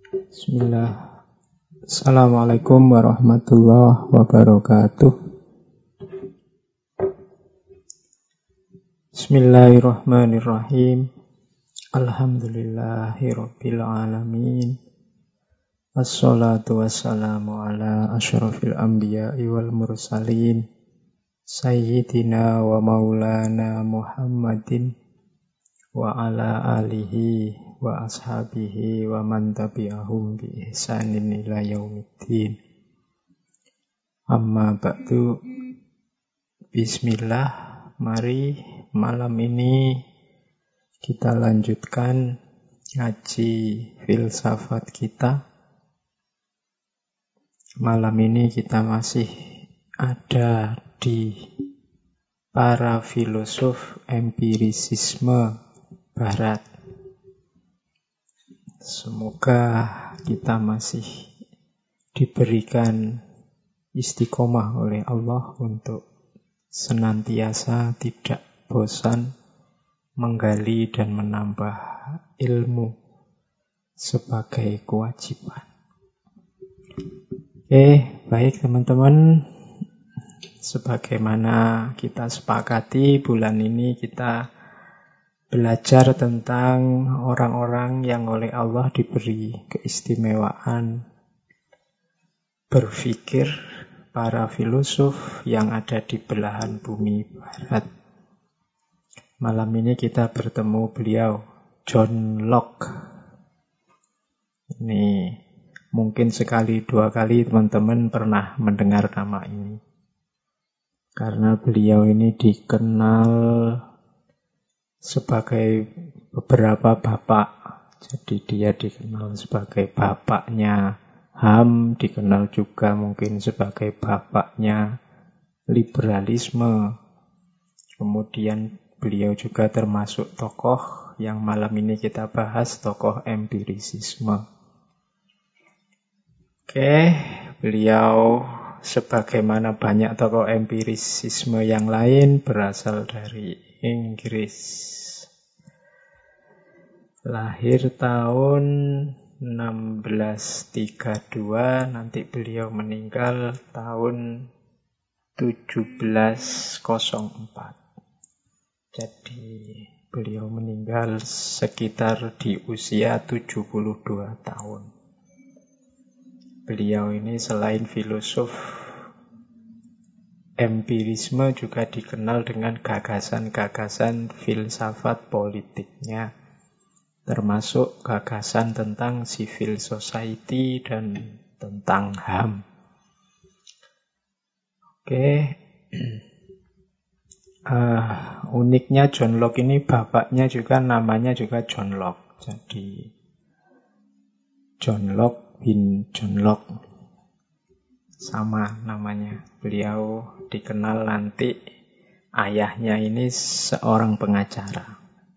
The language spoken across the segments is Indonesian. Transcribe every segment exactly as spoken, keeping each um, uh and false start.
Bismillah. Assalamualaikum warahmatullahi wabarakatuh. Bismillahirrahmanirrahim. Alhamdulillahirabbil alamin. Wassalatu wassalamu ala asyrafil anbiya'i wal mursalin. Sayyidina wa maulana Muhammadin wa ala alihi wa ashabihi wa man tabi'ahum bi ihsanin ila yaumiddin. Amma ba'du. Bismillah. Mari malam ini kita lanjutkan ngaji filsafat kita. Malam ini kita masih ada di para filosof empirisisme Barat. Semoga kita masih diberikan istiqomah oleh Allah untuk senantiasa tidak bosan menggali dan menambah ilmu sebagai kewajiban. Oke, baik teman-teman. Sebagaimana kita sepakati, bulan ini kita belajar tentang orang-orang yang oleh Allah diberi keistimewaan berpikir, para filosof yang ada di belahan bumi barat. Malam ini kita bertemu beliau, John Locke. Ini mungkin sekali dua kali teman-teman pernah mendengar nama ini. Karena beliau ini dikenal sebagai beberapa bapak. Jadi dia dikenal sebagai bapaknya H A M, dikenal juga mungkin sebagai bapaknya liberalisme. Kemudian beliau juga termasuk tokoh yang malam ini kita bahas, tokoh empirisisme. Oke, beliau sebagaimana banyak tokoh empirisisme yang lain berasal dari Inggris. Lahir tahun enam belas tiga puluh dua, nanti beliau meninggal tahun tujuh belas nol empat. Jadi beliau meninggal sekitar di usia tujuh puluh dua tahun. Beliau ini selain filosof empirisme juga dikenal dengan gagasan-gagasan filsafat politiknya, termasuk gagasan tentang civil society dan tentang H A M. Oke, uh, uniknya John Locke ini bapaknya juga namanya juga John Locke. Jadi John Locke bin John Locke, sama namanya. Beliau dikenal nanti ayahnya ini seorang pengacara.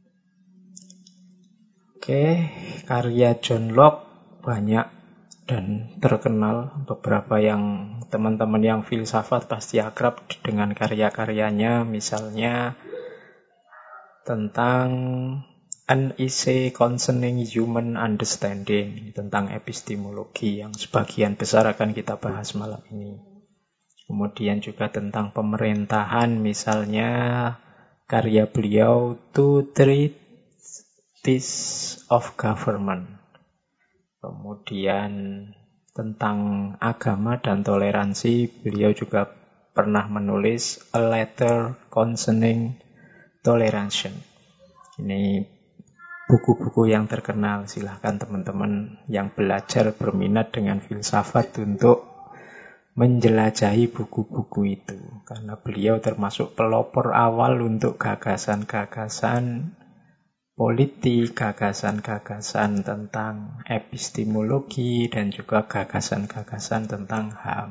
Oke, karya John Locke banyak dan terkenal. Beberapa yang teman-teman yang filsafat pasti akrab dengan karya-karyanya. Misalnya tentang An Essay Concerning Human Understanding, tentang epistemologi yang sebagian besar akan kita bahas malam ini. Kemudian juga tentang pemerintahan, misalnya karya beliau Two Treatises of Government. Kemudian tentang agama dan toleransi, beliau juga pernah menulis A Letter Concerning Toleration. Ini buku-buku yang terkenal. Silahkan teman-teman yang belajar berminat dengan filsafat untuk menjelajahi buku-buku itu. Karena beliau termasuk pelopor awal untuk gagasan-gagasan politik, gagasan-gagasan tentang epistemologi, dan juga gagasan-gagasan tentang H A M.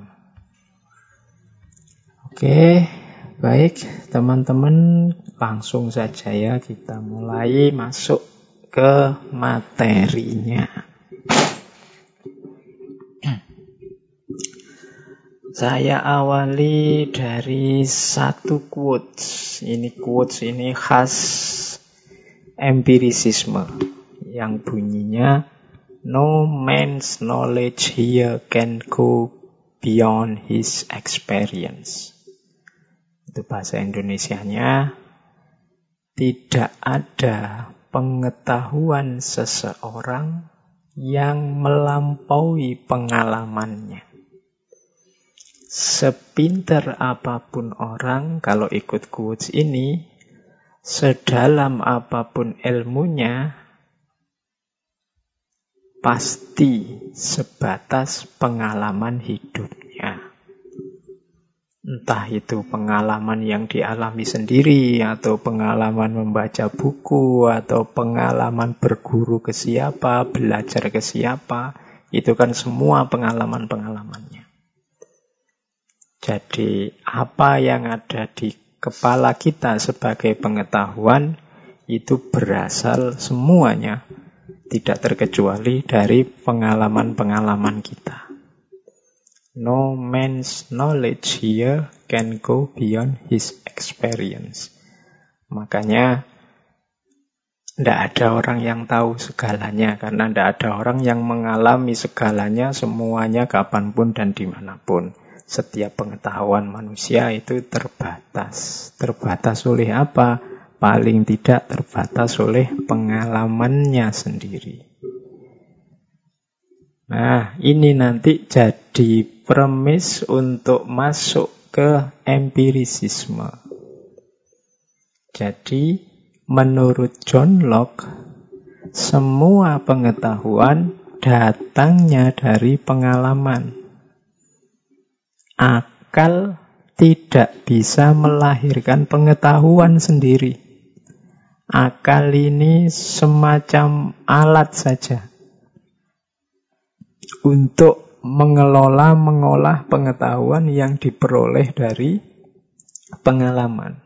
Oke, baik teman-teman, langsung saja ya kita mulai masuk ke materinya. Saya awali dari satu quotes. Ini quotes ini khas empirisisme yang bunyinya, No man's knowledge here can go beyond his experience. Itu bahasa Indonesianya. Tidak ada pengetahuan seseorang yang melampaui pengalamannya. Sepinter apapun orang, kalau ikut quotes ini, sedalam apapun ilmunya, pasti sebatas pengalaman hidupnya. Entah itu pengalaman yang dialami sendiri, atau pengalaman membaca buku, atau pengalaman berguru ke siapa, belajar ke siapa, itu kan semua pengalaman-pengalamannya. Jadi apa yang ada di kepala kita sebagai pengetahuan itu berasal semuanya, tidak terkecuali dari pengalaman-pengalaman kita. No man's knowledge here can go beyond his experience. Makanya tidak ada orang yang tahu segalanya, karena tidak ada orang yang mengalami segalanya, semuanya, kapanpun dan dimanapun. Setiap pengetahuan manusia itu terbatas. Terbatas oleh apa? Paling tidak terbatas oleh pengalamannya sendiri. Nah, ini nanti jadi premis untuk masuk ke empirisisme. Jadi, menurut John Locke, semua pengetahuan datangnya dari pengalaman. Akal tidak bisa melahirkan pengetahuan sendiri. Akal ini semacam alat saja untuk mengelola, mengolah pengetahuan yang diperoleh dari pengalaman.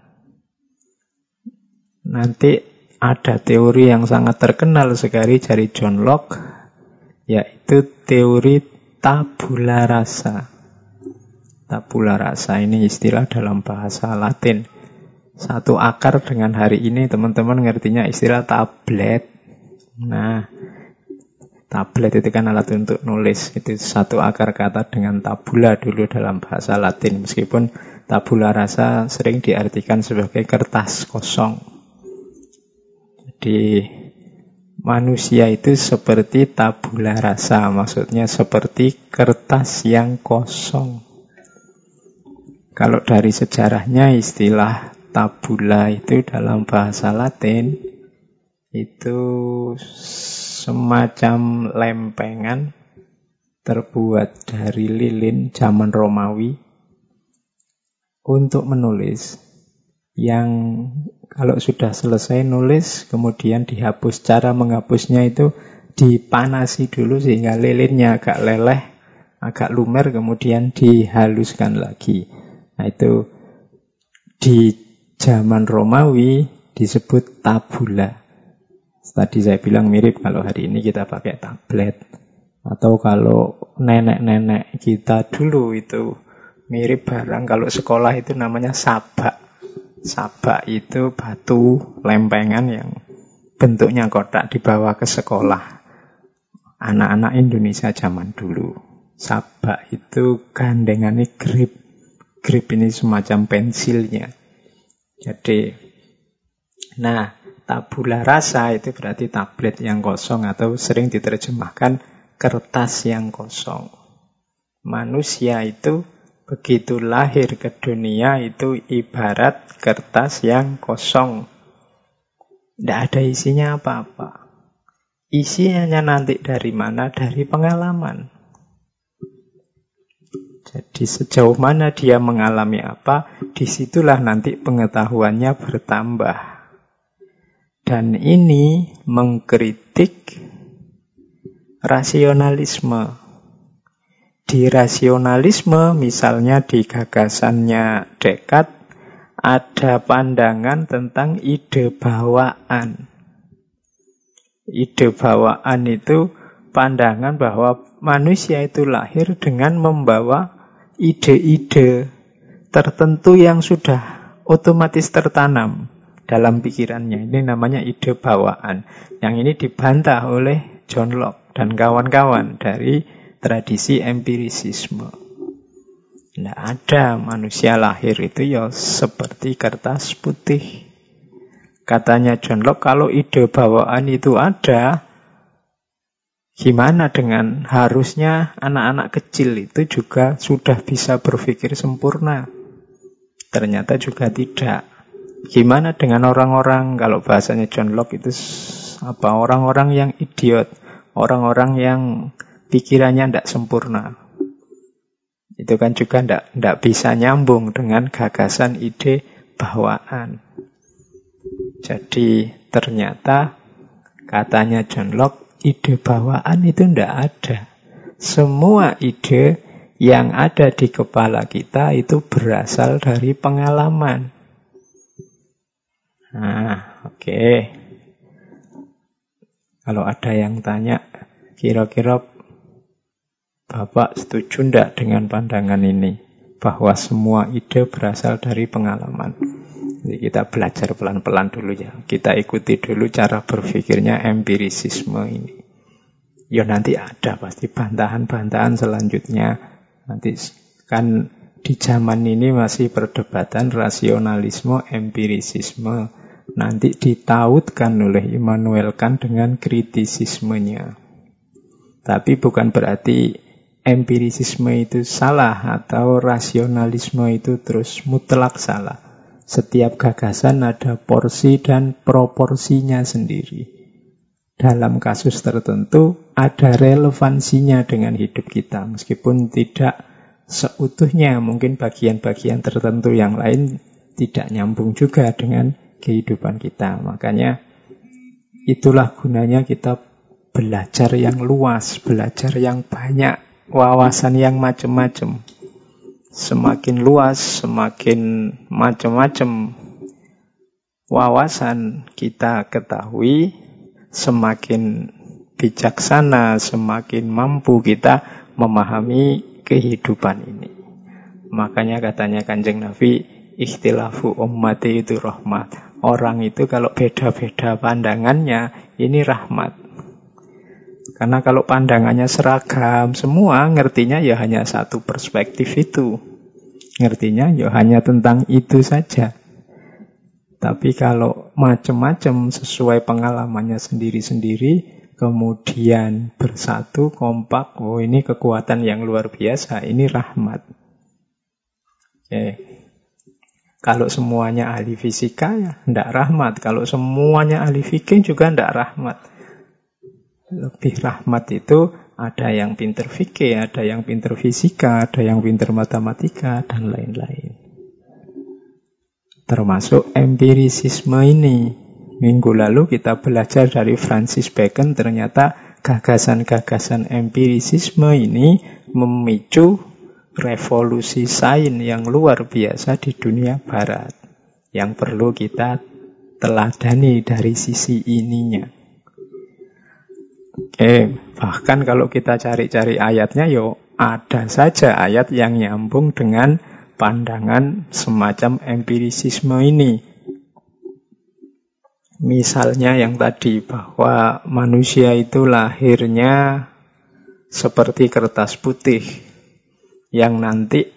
Nanti ada teori yang sangat terkenal sekali dari John Locke, yaitu teori tabula rasa. Tabula rasa ini istilah dalam bahasa Latin. Satu akar dengan hari ini teman-teman ngertinya istilah tablet. Nah, tablet itu kan alat untuk nulis. Itu satu akar kata dengan tabula dulu dalam bahasa Latin. Meskipun tabula rasa sering diartikan sebagai kertas kosong. Jadi manusia itu seperti tabula rasa. Maksudnya seperti kertas yang kosong. Kalau dari sejarahnya istilah tabula itu dalam bahasa Latin itu semacam lempengan terbuat dari lilin zaman Romawi untuk menulis, yang kalau sudah selesai nulis kemudian dihapus. Cara menghapusnya itu dipanasi dulu sehingga lilinnya agak leleh, agak lumer, kemudian dihaluskan lagi. Nah, itu di zaman Romawi disebut tabula. Tadi saya bilang mirip kalau hari ini kita pakai tablet. Atau kalau nenek-nenek kita dulu itu mirip barang. Kalau sekolah itu namanya sabak. Sabak itu batu lempengan yang bentuknya kotak dibawa ke sekolah. Anak-anak Indonesia zaman dulu. Sabak itu gandengannya grip. Grip ini semacam pensilnya. Jadi, nah, tabula rasa itu berarti tablet yang kosong atau sering diterjemahkan kertas yang kosong. Manusia itu begitu lahir ke dunia itu ibarat kertas yang kosong. Tidak ada isinya apa-apa. Isinya nanti dari mana? Dari pengalaman. Jadi sejauh mana dia mengalami apa, disitulah nanti pengetahuannya bertambah. Dan ini mengkritik rasionalisme. Di rasionalisme, misalnya di gagasannya Descartes, ada pandangan tentang ide bawaan. Ide bawaan itu pandangan bahwa manusia itu lahir dengan membawa ide-ide tertentu yang sudah otomatis tertanam dalam pikirannya. Ini namanya ide bawaan. Yang ini dibantah oleh John Locke. dan kawan-kawan dari tradisi empirisisme. Tidak ada manusia lahir itu ya seperti kertas putih. Katanya John Locke, kalau ide bawaan itu ada, gimana dengan harusnya anak-anak kecil itu juga sudah bisa berpikir sempurna? Ternyata juga tidak. Gimana dengan orang-orang, kalau bahasanya John Locke itu apa? Orang-orang yang idiot, orang-orang yang pikirannya tidak sempurna. Itu kan juga tidak tidak bisa nyambung dengan gagasan ide bawaan. Jadi ternyata katanya John Locke, ide bawaan itu tidak ada. Semua ide yang ada di kepala kita itu berasal dari pengalaman. Nah, oke. Okay. Kalau ada yang tanya, kira-kira Bapak setuju enggak dengan pandangan ini? Bahwa semua ide berasal dari pengalaman. Jadi kita belajar pelan-pelan dulu ya. Kita ikuti dulu cara berpikirnya empirisisme ini. Ya nanti ada pasti bantahan-bantahan selanjutnya. Nanti kan di zaman ini masih perdebatan rasionalisme, empirisisme. Nanti ditautkan oleh Immanuel Kant dengan kritisismenya. Tapi bukan berarti empirisisme itu salah atau rasionalisme itu terus mutlak salah. Setiap gagasan ada porsi dan proporsinya sendiri. Dalam kasus tertentu ada relevansinya dengan hidup kita. Meskipun tidak seutuhnya, mungkin bagian-bagian tertentu yang lain tidak nyambung juga dengan kehidupan kita. Makanya itulah gunanya kita belajar yang luas, belajar yang banyak, wawasan yang macam-macam. Semakin luas, semakin macam-macam wawasan kita ketahui, semakin bijaksana, semakin mampu kita memahami kehidupan ini. Makanya katanya Kanjeng Nabi, ikhtilafu ummati itu rahmat. Orang itu kalau beda-beda pandangannya, ini rahmat. Karena kalau pandangannya seragam, semua ngertinya ya hanya satu perspektif itu. Ngertinya ya hanya tentang itu saja. Tapi kalau macam-macam sesuai pengalamannya sendiri-sendiri, kemudian bersatu, kompak, oh ini kekuatan yang luar biasa, ini rahmat. Oke. Kalau semuanya ahli fisika ya tidak rahmat. Kalau semuanya ahli fikih juga tidak rahmat. Lebih rahmat itu ada yang pinter fikih, ada yang pinter fisika, ada yang pinter matematika, dan lain-lain. Termasuk empirisisme ini. Minggu lalu kita belajar dari Francis Bacon, ternyata gagasan-gagasan empirisisme ini memicu revolusi sains yang luar biasa di dunia barat. Yang perlu kita teladani dari sisi ininya. Eh, bahkan kalau kita cari-cari ayatnya, yo ada saja ayat yang nyambung dengan pandangan semacam empirisisme ini. Misalnya yang tadi, bahwa manusia itu lahirnya seperti kertas putih, yang nanti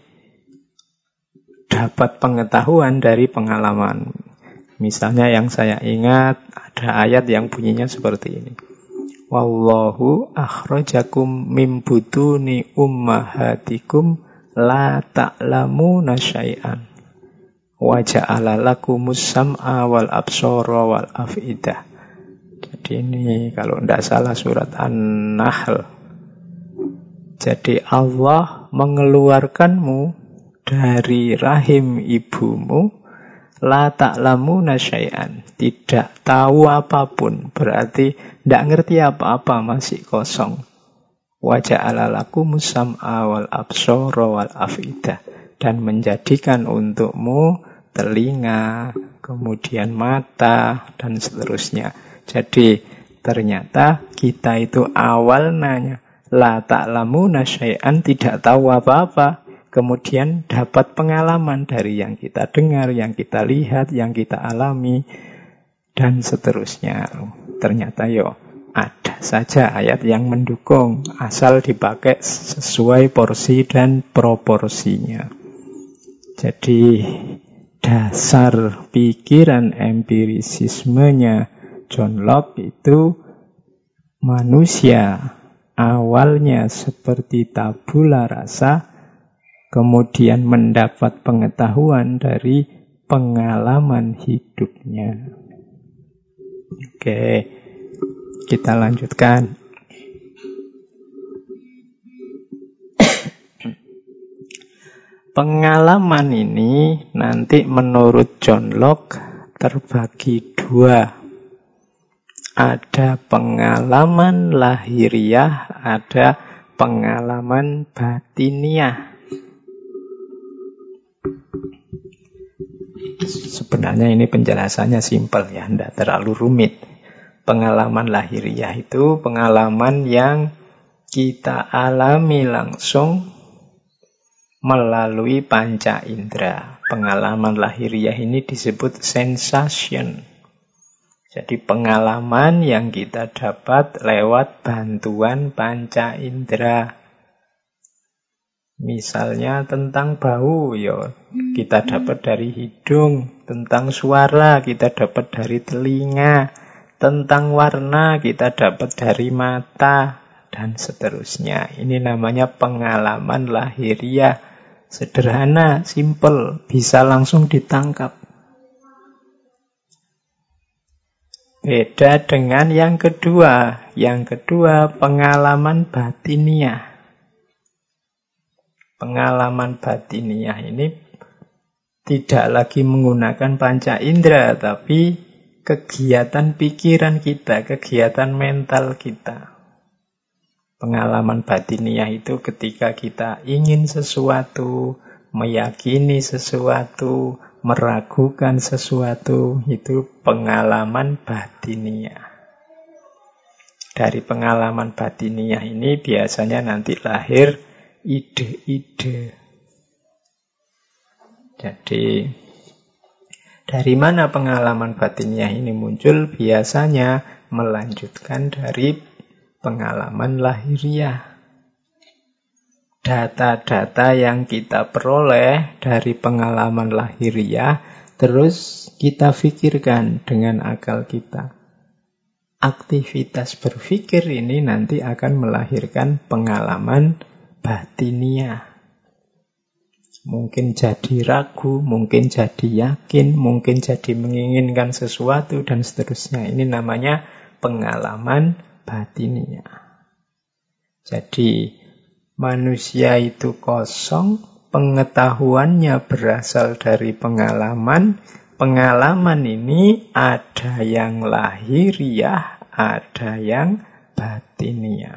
dapat pengetahuan dari pengalaman. Misalnya yang saya ingat, ada ayat yang bunyinya seperti ini. Wallahu akhrajakum mim butuni ummahatikum la ta'lamuna syai'an wa ja'ala lakumus sam'a wal absara wal afidah. Jadi ini kalau tidak salah surat An-Nahl. Jadi Allah mengeluarkanmu dari rahim ibumu la ta'lamuna syai'an, tidak tahu apapun, berarti tidak ngerti apa-apa, masih kosong. Wa ja'ala lakumus sam'a wal absara wal afidah, dan menjadikan untukmu telinga, kemudian mata, dan seterusnya. Jadi ternyata kita itu awalnya la ta'lamuna syai'an, tidak tahu apa-apa. Kemudian dapat pengalaman dari yang kita dengar, yang kita lihat, yang kita alami, dan seterusnya. Ternyata yo ada saja ayat yang mendukung, asal dipakai sesuai porsi dan proporsinya. Jadi dasar pikiran empirisismenya John Locke itu manusia awalnya seperti tabula rasa, kemudian mendapat pengetahuan dari pengalaman hidupnya. Oke, kita lanjutkan. Pengalaman ini nanti menurut John Locke terbagi dua. Ada pengalaman lahiriah, ada pengalaman batiniah. Sebenarnya ini penjelasannya simpel ya, tidak terlalu rumit. Pengalaman lahiriah itu pengalaman yang kita alami langsung melalui panca indera. Pengalaman lahiriah ini disebut sensation. Jadi pengalaman yang kita dapat lewat bantuan panca indera. Misalnya tentang bau, ya kita dapat dari hidung. Tentang suara kita dapat dari telinga. Tentang warna kita dapat dari mata. Dan seterusnya. Ini namanya pengalaman lahiriah. Sederhana, simple, bisa langsung ditangkap. Beda dengan yang kedua. Yang kedua, pengalaman batiniah. Pengalaman batiniah ini tidak lagi menggunakan panca indera, tapi kegiatan pikiran kita, kegiatan mental kita. Pengalaman batiniah itu ketika kita ingin sesuatu, meyakini sesuatu, meragukan sesuatu, itu pengalaman batiniah. Dari pengalaman batiniah ini biasanya nanti lahir ide-ide. Jadi, dari mana pengalaman batiniah ini muncul? Biasanya melanjutkan dari pengalaman lahiriah. Data-data yang kita peroleh dari pengalaman lahiriah, terus kita pikirkan dengan akal kita. Aktivitas berpikir ini nanti akan melahirkan pengalaman batiniah. Mungkin jadi ragu, mungkin jadi yakin, mungkin jadi menginginkan sesuatu, dan seterusnya. Ini namanya pengalaman batiniah. Jadi, manusia itu kosong, pengetahuannya berasal dari pengalaman. Pengalaman ini ada yang lahiriah, ada yang batiniah.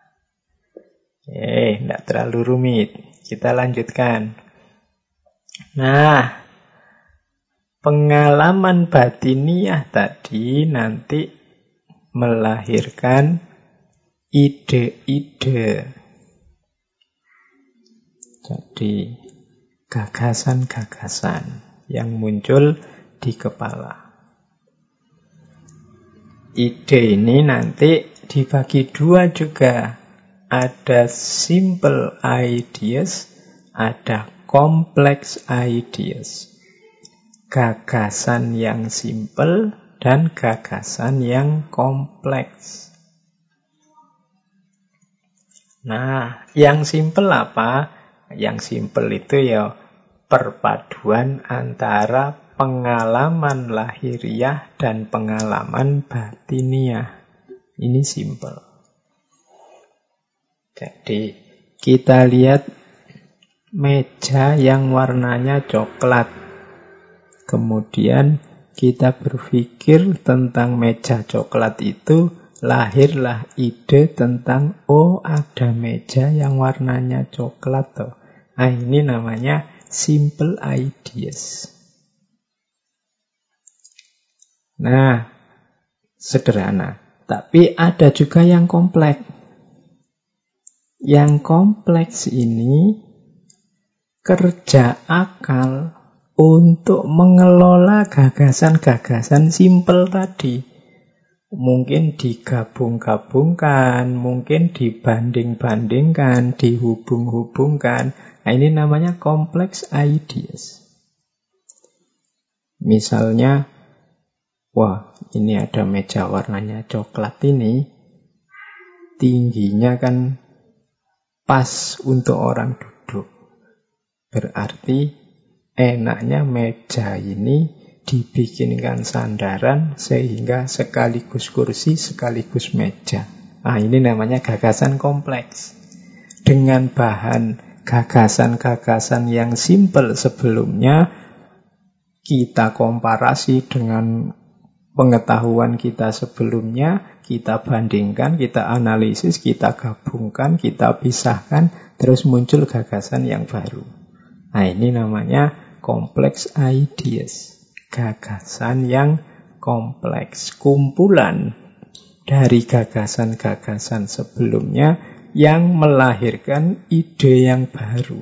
Eh, tidak terlalu rumit. Kita lanjutkan. Nah, pengalaman batiniah tadi nanti melahirkan ide-ide. Jadi, gagasan-gagasan yang muncul di kepala. Ide ini nanti dibagi dua juga. Ada simple ideas, ada complex ideas. Gagasan yang simple dan gagasan yang kompleks. Nah, yang simple apa? Yang simple itu ya perpaduan antara pengalaman lahiriah dan pengalaman batiniah. Ini simple. Jadi, kita lihat meja yang warnanya coklat. Kemudian kita berpikir tentang meja coklat itu, lahirlah ide tentang, oh ada meja yang warnanya coklat toh. Nah, ini namanya simple ideas. Nah, sederhana. Tapi ada juga yang kompleks. Yang kompleks ini kerja akal untuk mengelola gagasan-gagasan simple tadi. mungkin digabung-gabungkan, mungkin dibanding-bandingkan, dihubung-hubungkan. Nah, ini namanya complex ideas. Misalnya, wah, ini ada meja warnanya coklat ini, tingginya kan pas untuk orang duduk. Berarti enaknya meja ini dibikinkan sandaran sehingga sekaligus kursi, sekaligus meja. Nah, ini namanya gagasan kompleks. Dengan bahan gagasan-gagasan yang simpel sebelumnya, kita komparasi dengan pengetahuan kita sebelumnya, kita bandingkan, kita analisis, kita gabungkan, kita pisahkan, terus muncul gagasan yang baru. Nah, ini namanya complex ideas. Gagasan yang kompleks, kumpulan dari gagasan-gagasan sebelumnya yang melahirkan ide yang baru.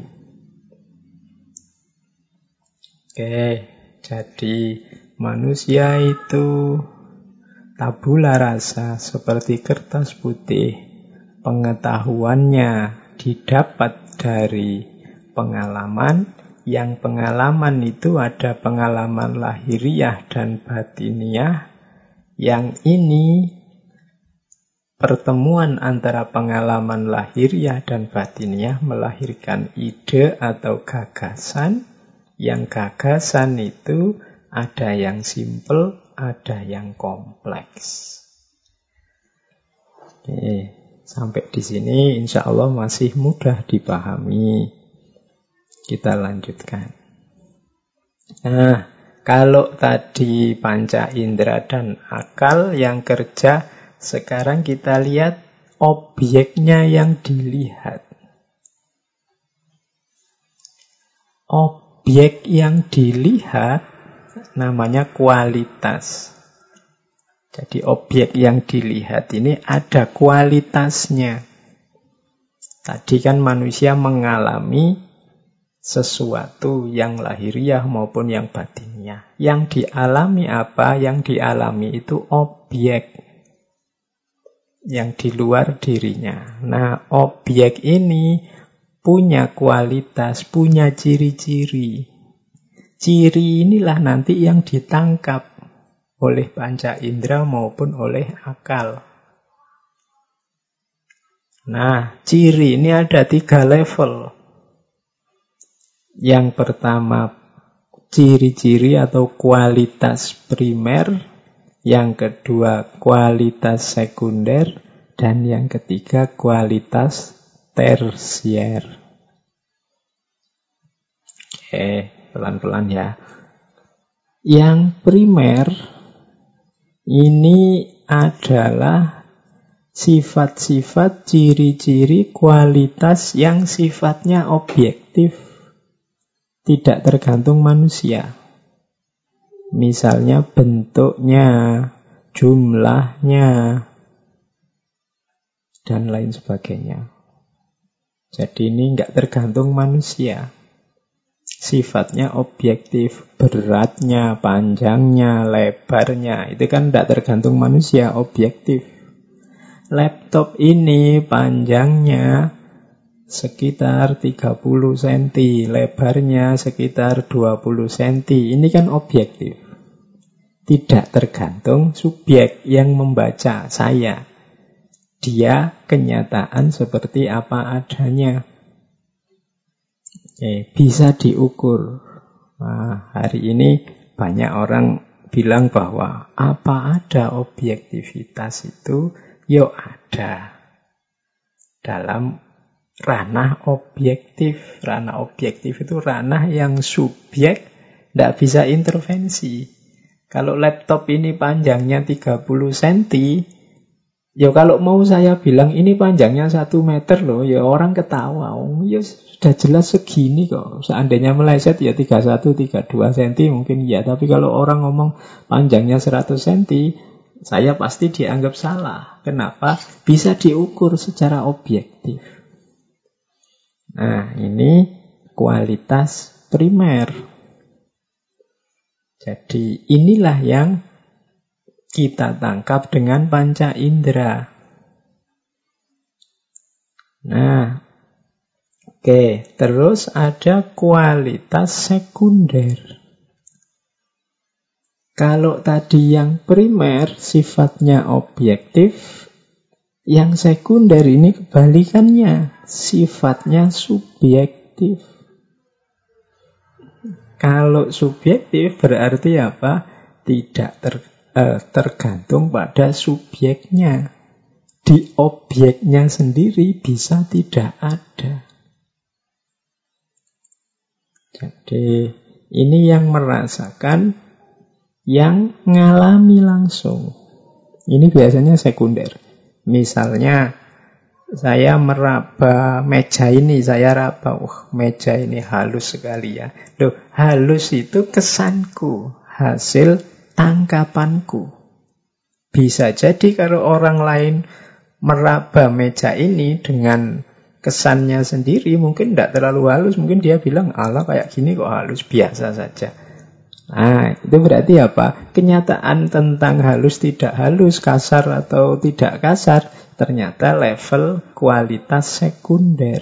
Oke, jadi manusia itu tabula rasa seperti kertas putih. Pengetahuannya didapat dari pengalaman. Yang pengalaman itu ada pengalaman lahiriah dan batiniah. Yang ini pertemuan antara pengalaman lahiriah dan batiniah melahirkan ide atau gagasan. Yang gagasan itu ada yang simple, ada yang kompleks. Oke, sampai di sini insya Allah masih mudah dipahami. Kita lanjutkan. Nah, kalau tadi panca indera dan akal yang kerja, sekarang kita lihat objeknya yang dilihat. Objek yang dilihat namanya kualitas. Jadi objek yang dilihat ini ada kualitasnya. Tadi kan manusia mengalami sesuatu yang lahiriah maupun yang batiniah. Yang dialami apa? Yang dialami itu objek yang di luar dirinya. Nah, objek ini punya kualitas, punya ciri-ciri. Ciri inilah nanti yang ditangkap oleh panca indera maupun oleh akal. Nah, ciri ini ada tiga level. Yang pertama, ciri-ciri atau kualitas primer. Yang kedua, kualitas sekunder. Dan yang ketiga, kualitas tersier. Oke, pelan-pelan ya. Yang primer ini adalah sifat-sifat, ciri-ciri, kualitas yang sifatnya objektif. Tidak tergantung manusia. Misalnya bentuknya, jumlahnya, dan lain sebagainya. Jadi ini nggak tergantung manusia. Sifatnya objektif, beratnya, panjangnya, lebarnya. Itu kan nggak tergantung manusia, objektif. Laptop ini panjangnya sekitar tiga puluh sentimeter, lebarnya sekitar dua puluh sentimeter. Ini kan objektif. Tidak tergantung subjek yang membaca, saya. Dia kenyataan seperti apa adanya. Oke, bisa diukur. Nah, hari ini banyak orang bilang bahwa apa ada objektivitas itu? Yo ada. Dalam ranah objektif. Ranah objektif itu ranah yang subjek tidak bisa intervensi. Kalau laptop ini panjangnya tiga puluh sentimeter, ya kalau mau saya bilang ini panjangnya satu meter loh, ya orang ketawa. Oh, ya sudah jelas segini kok. Seandainya meleset ya tiga puluh satu, tiga puluh dua sentimeter mungkin ya. Tapi kalau orang ngomong panjangnya seratus sentimeter, saya pasti dianggap salah. Kenapa? Bisa diukur secara objektif. Nah, ini kualitas primer. Jadi inilah yang kita tangkap dengan panca indera. Nah, oke, terus ada kualitas sekunder. Kalau tadi yang primer sifatnya objektif, yang sekunder ini kebalikannya, sifatnya subjektif. Kalau subjektif berarti apa? Tidak ter, eh, tergantung pada subjeknya. Di objeknya sendiri bisa tidak ada. Jadi ini yang merasakan, yang ngalami langsung. Ini biasanya sekunder. Misalnya saya meraba meja ini, saya raba, wah meja ini halus sekali ya. Loh, halus itu kesanku, hasil tangkapanku. Bisa jadi kalau orang lain meraba meja ini dengan kesannya sendiri, mungkin tidak terlalu halus, mungkin dia bilang, alah kayak gini kok halus, biasa saja. Nah, itu berarti apa? Kenyataan tentang halus tidak halus, kasar atau tidak kasar, ternyata level kualitas sekunder.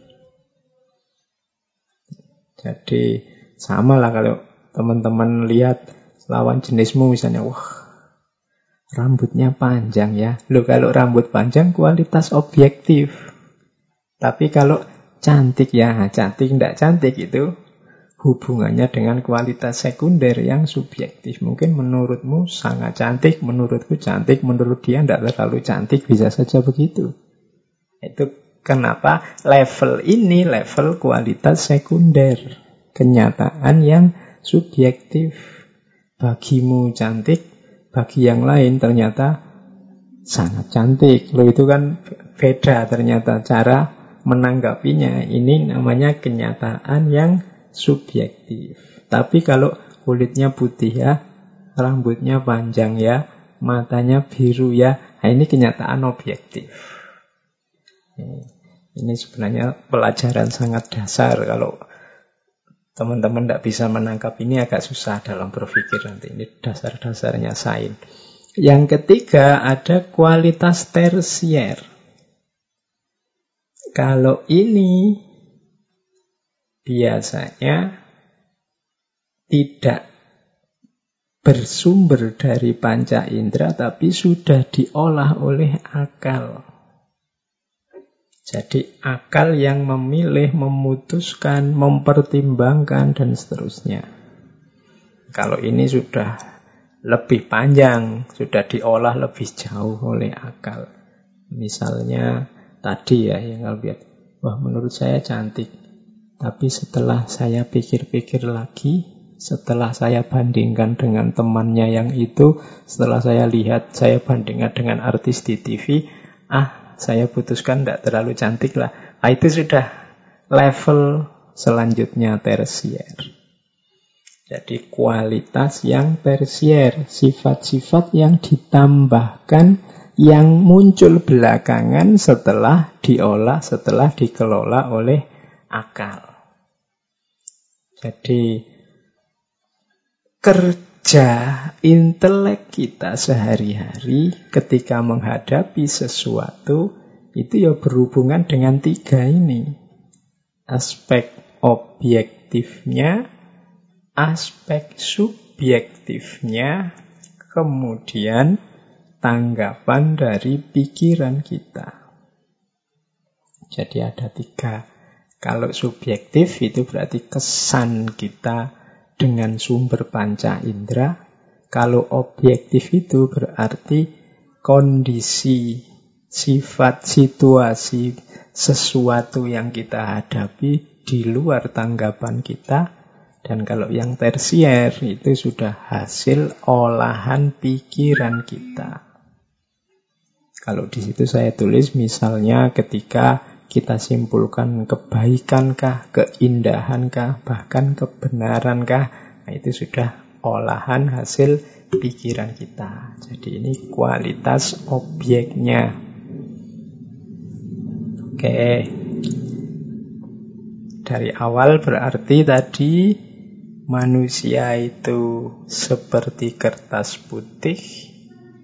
Jadi sama lah kalau teman-teman lihat lawan jenismu misalnya, wah rambutnya panjang ya. Loh, kalau rambut panjang kualitas objektif. Tapi kalau cantik ya, cantik tidak cantik itu hubungannya dengan kualitas sekunder yang subjektif. Mungkin menurutmu sangat cantik, menurutku cantik, menurut dia tidak terlalu cantik, bisa saja begitu. Itu kenapa level ini level kualitas sekunder. Kenyataan yang subjektif. Bagimu cantik, bagi yang lain ternyata sangat cantik. Loh, itu kan beda ternyata cara menanggapinya. Ini namanya kenyataan yang subjektif. Tapi kalau kulitnya putih ya, rambutnya panjang ya, matanya biru ya, nah ini kenyataan objektif. Ini sebenarnya pelajaran sangat dasar. Kalau teman-teman tidak bisa menangkap ini agak susah dalam berpikir nanti. Ini dasar-dasarnya sains. Yang ketiga ada kualitas tersier. Kalau ini biasanya tidak bersumber dari panca indera, tapi sudah diolah oleh akal. Jadi akal yang memilih, memutuskan, mempertimbangkan, dan seterusnya. Kalau ini sudah lebih panjang, sudah diolah lebih jauh oleh akal. Misalnya tadi ya, yang kalau lihat, wah menurut saya cantik. Tapi setelah saya pikir-pikir lagi, setelah saya bandingkan dengan temannya yang itu, setelah saya lihat, saya bandingkan dengan artis di T V, ah saya putuskan tidak terlalu cantik lah. Nah, itu sudah level selanjutnya tersier. Jadi kualitas yang tersier, sifat-sifat yang ditambahkan, yang muncul belakangan setelah diolah, setelah dikelola oleh akal. Jadi kerja intelek kita sehari-hari ketika menghadapi sesuatu itu ya berhubungan dengan tiga ini. Aspek objektifnya, aspek subjektifnya, kemudian tanggapan dari pikiran kita. Jadi ada tiga. Kalau subjektif itu berarti kesan kita dengan sumber panca indera. Kalau objektif itu berarti kondisi, sifat, situasi, sesuatu yang kita hadapi di luar tanggapan kita. Dan kalau yang tersier itu sudah hasil olahan pikiran kita. Kalau di situ saya tulis misalnya ketika kita simpulkan kebaikan-kah, keindahan-kah, bahkan kebenaran-kah, nah itu sudah olahan hasil pikiran kita. Jadi ini kualitas objeknya. Oke. Dari awal berarti tadi manusia itu seperti kertas putih,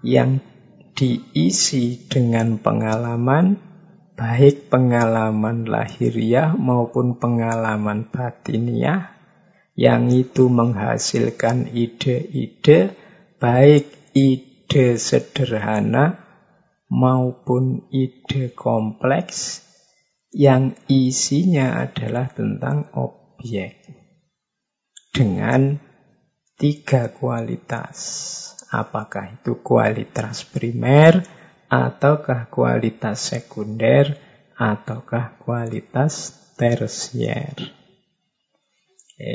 yang diisi dengan pengalaman, baik pengalaman lahiriah maupun pengalaman batiniah, yang itu menghasilkan ide-ide, baik ide sederhana maupun ide kompleks, yang isinya adalah tentang objek dengan tiga kualitas. Apakah itu kualitas primer, ataukah kualitas sekunder, ataukah kualitas tersier. Oke.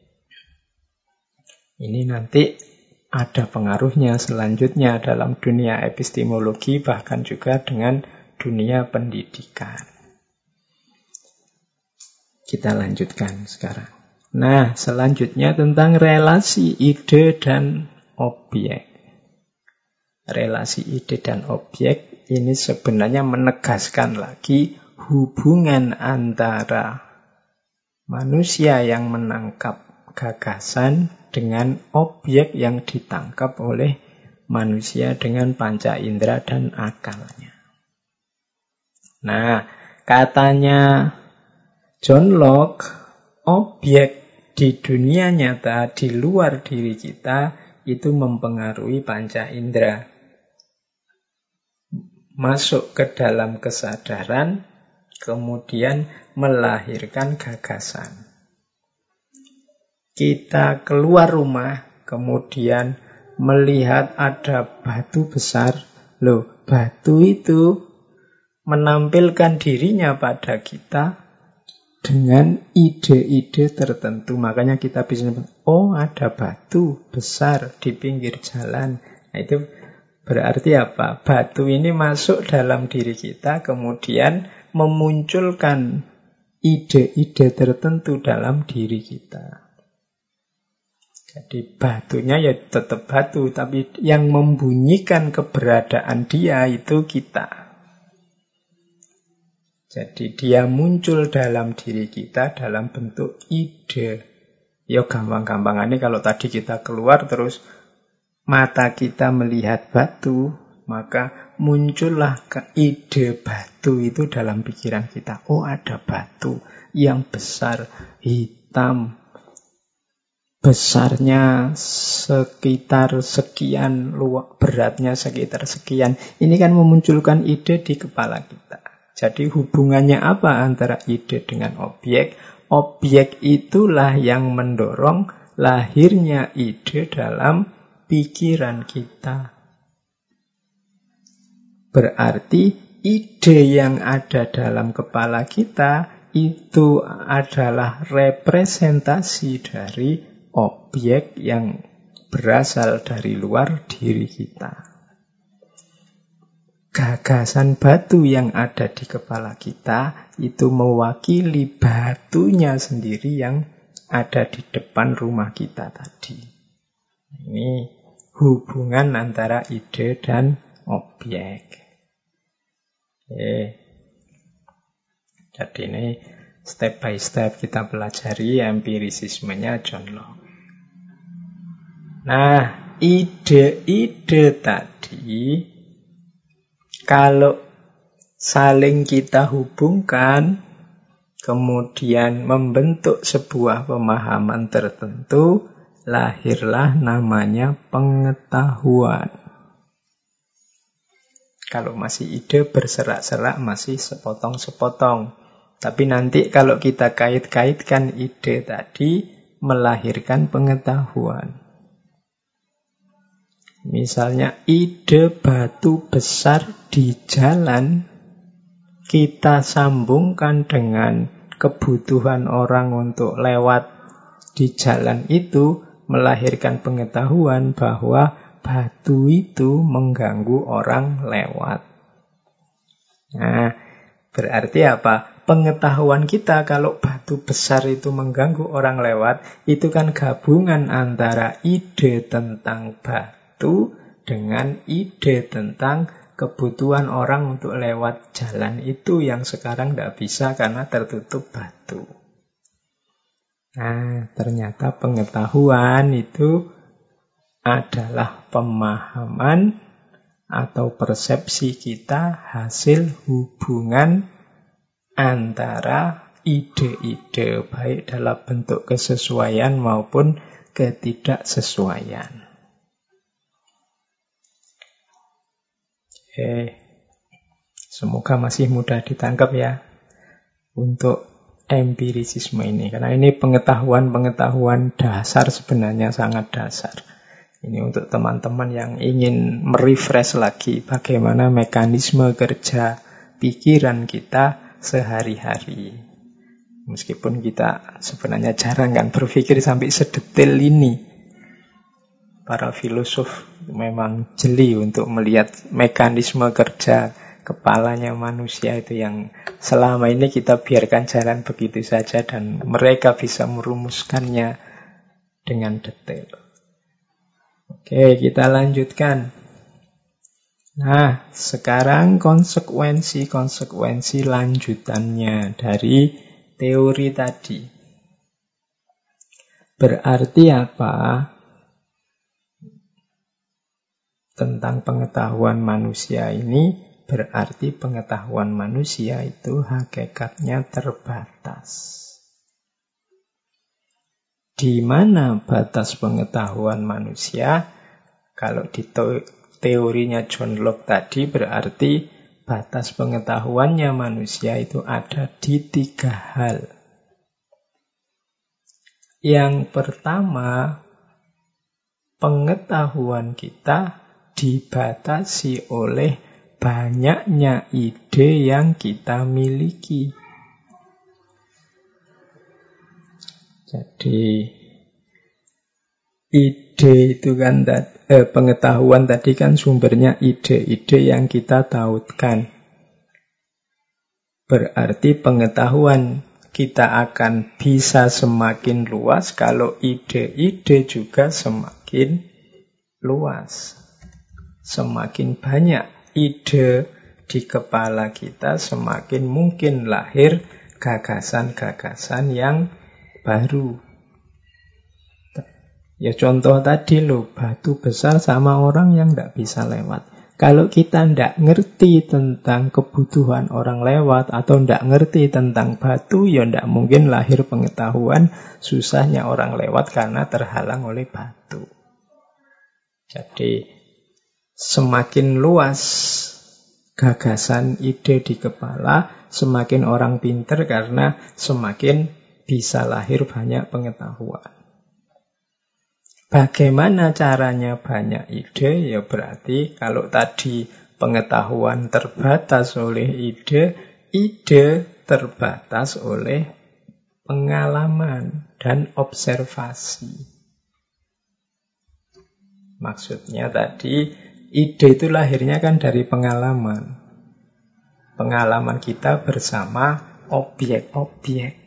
Ini nanti ada pengaruhnya selanjutnya dalam dunia epistemologi, bahkan juga dengan dunia pendidikan. Kita lanjutkan sekarang. Nah, selanjutnya tentang relasi ide dan objek. Relasi ide dan objek ini sebenarnya menegaskan lagi hubungan antara manusia yang menangkap gagasan dengan objek yang ditangkap oleh manusia dengan panca indera dan akalnya. Nah, katanya John Locke, objek di dunia nyata, di luar diri kita, itu mempengaruhi panca indera. Masuk ke dalam kesadaran, kemudian melahirkan gagasan. Kita keluar rumah, kemudian melihat ada batu besar. Loh, batu itu menampilkan dirinya pada kita dengan ide-ide tertentu. Makanya kita bisa, oh ada batu besar di pinggir jalan. Nah, itu berarti apa? Batu ini masuk dalam diri kita, kemudian memunculkan ide-ide tertentu dalam diri kita. Jadi batunya ya tetap batu, tapi yang membunyikan keberadaan dia itu kita. Jadi dia muncul dalam diri kita dalam bentuk ide. Ya gampang-gampangannya kalau tadi kita keluar terus mata kita melihat batu, maka muncullah ke ide batu itu dalam pikiran kita. Oh, ada batu yang besar, hitam, besarnya sekitar sekian, luas, beratnya sekitar sekian. Ini kan memunculkan ide di kepala kita. Jadi hubungannya apa antara ide dengan objek? Objek itulah yang mendorong lahirnya ide dalam pikiran kita. Berarti ide yang ada dalam kepala kita itu adalah representasi dari objek yang berasal dari luar diri kita. Gagasan batu yang ada di kepala kita itu mewakili batunya sendiri yang ada di depan rumah kita tadi. Ini hubungan antara ide dan objek. Oke. Jadi ini step by step kita pelajari empirisismenya John Locke. Nah, ide-ide tadi kalau saling kita hubungkan, kemudian membentuk sebuah pemahaman tertentu, lahirlah namanya pengetahuan. Kalau masih ide berserak-serak, masih sepotong-sepotong. Tapi nanti kalau kita kait-kaitkan ide tadi, melahirkan pengetahuan. Misalnya ide batu besar di jalan, kita sambungkan dengan kebutuhan orang untuk lewat di jalan itu, melahirkan pengetahuan bahwa batu itu mengganggu orang lewat. Nah, berarti apa? Pengetahuan kita kalau batu besar itu mengganggu orang lewat, itu kan gabungan antara ide tentang batu dengan ide tentang kebutuhan orang untuk lewat jalan itu yang sekarang tidak bisa karena tertutup batu. Nah, ternyata pengetahuan itu adalah pemahaman atau persepsi kita hasil hubungan antara ide-ide, baik dalam bentuk kesesuaian maupun ketidaksesuaian. Oke, semoga masih mudah ditangkap ya untuk empirisisme ini. Karena ini pengetahuan-pengetahuan dasar, sebenarnya sangat dasar. Ini untuk teman-teman yang ingin merefresh lagi bagaimana mekanisme kerja pikiran kita sehari-hari. Meskipun kita sebenarnya jarang kan berpikir sampai sedetail ini. Para filosof memang jeli untuk melihat mekanisme kerja kepalanya manusia itu yang selama ini kita biarkan jalan begitu saja dan mereka bisa merumuskannya dengan detail. Oke, kita lanjutkan. Nah, sekarang konsekuensi-konsekuensi lanjutannya dari teori tadi. Berarti apa? Tentang pengetahuan manusia ini, berarti pengetahuan manusia itu hakikatnya terbatas. Di mana batas pengetahuan manusia? Kalau di teorinya John Locke tadi, berarti batas pengetahuannya manusia itu ada di tiga hal. Yang pertama, pengetahuan kita dibatasi oleh banyaknya ide yang kita miliki. Jadi ide itu kan eh, pengetahuan tadi kan sumbernya ide-ide yang kita tautkan. Berarti pengetahuan kita akan bisa semakin luas kalau ide-ide juga semakin luas. Semakin banyak ide di kepala kita, semakin mungkin lahir gagasan-gagasan yang baru. Ya contoh tadi loh, batu besar sama orang yang tidak bisa lewat. Kalau kita tidak ngerti tentang kebutuhan orang lewat atau tidak ngerti tentang batu, ya tidak mungkin lahir pengetahuan susahnya orang lewat karena terhalang oleh batu. Jadi semakin luas gagasan ide di kepala, semakin orang pinter karena semakin bisa lahir banyak pengetahuan. Bagaimana caranya banyak ide? Ya berarti kalau tadi pengetahuan terbatas oleh ide, ide terbatas oleh pengalaman dan observasi. Maksudnya tadi ide itu lahirnya kan dari pengalaman. Pengalaman kita bersama objek-objek.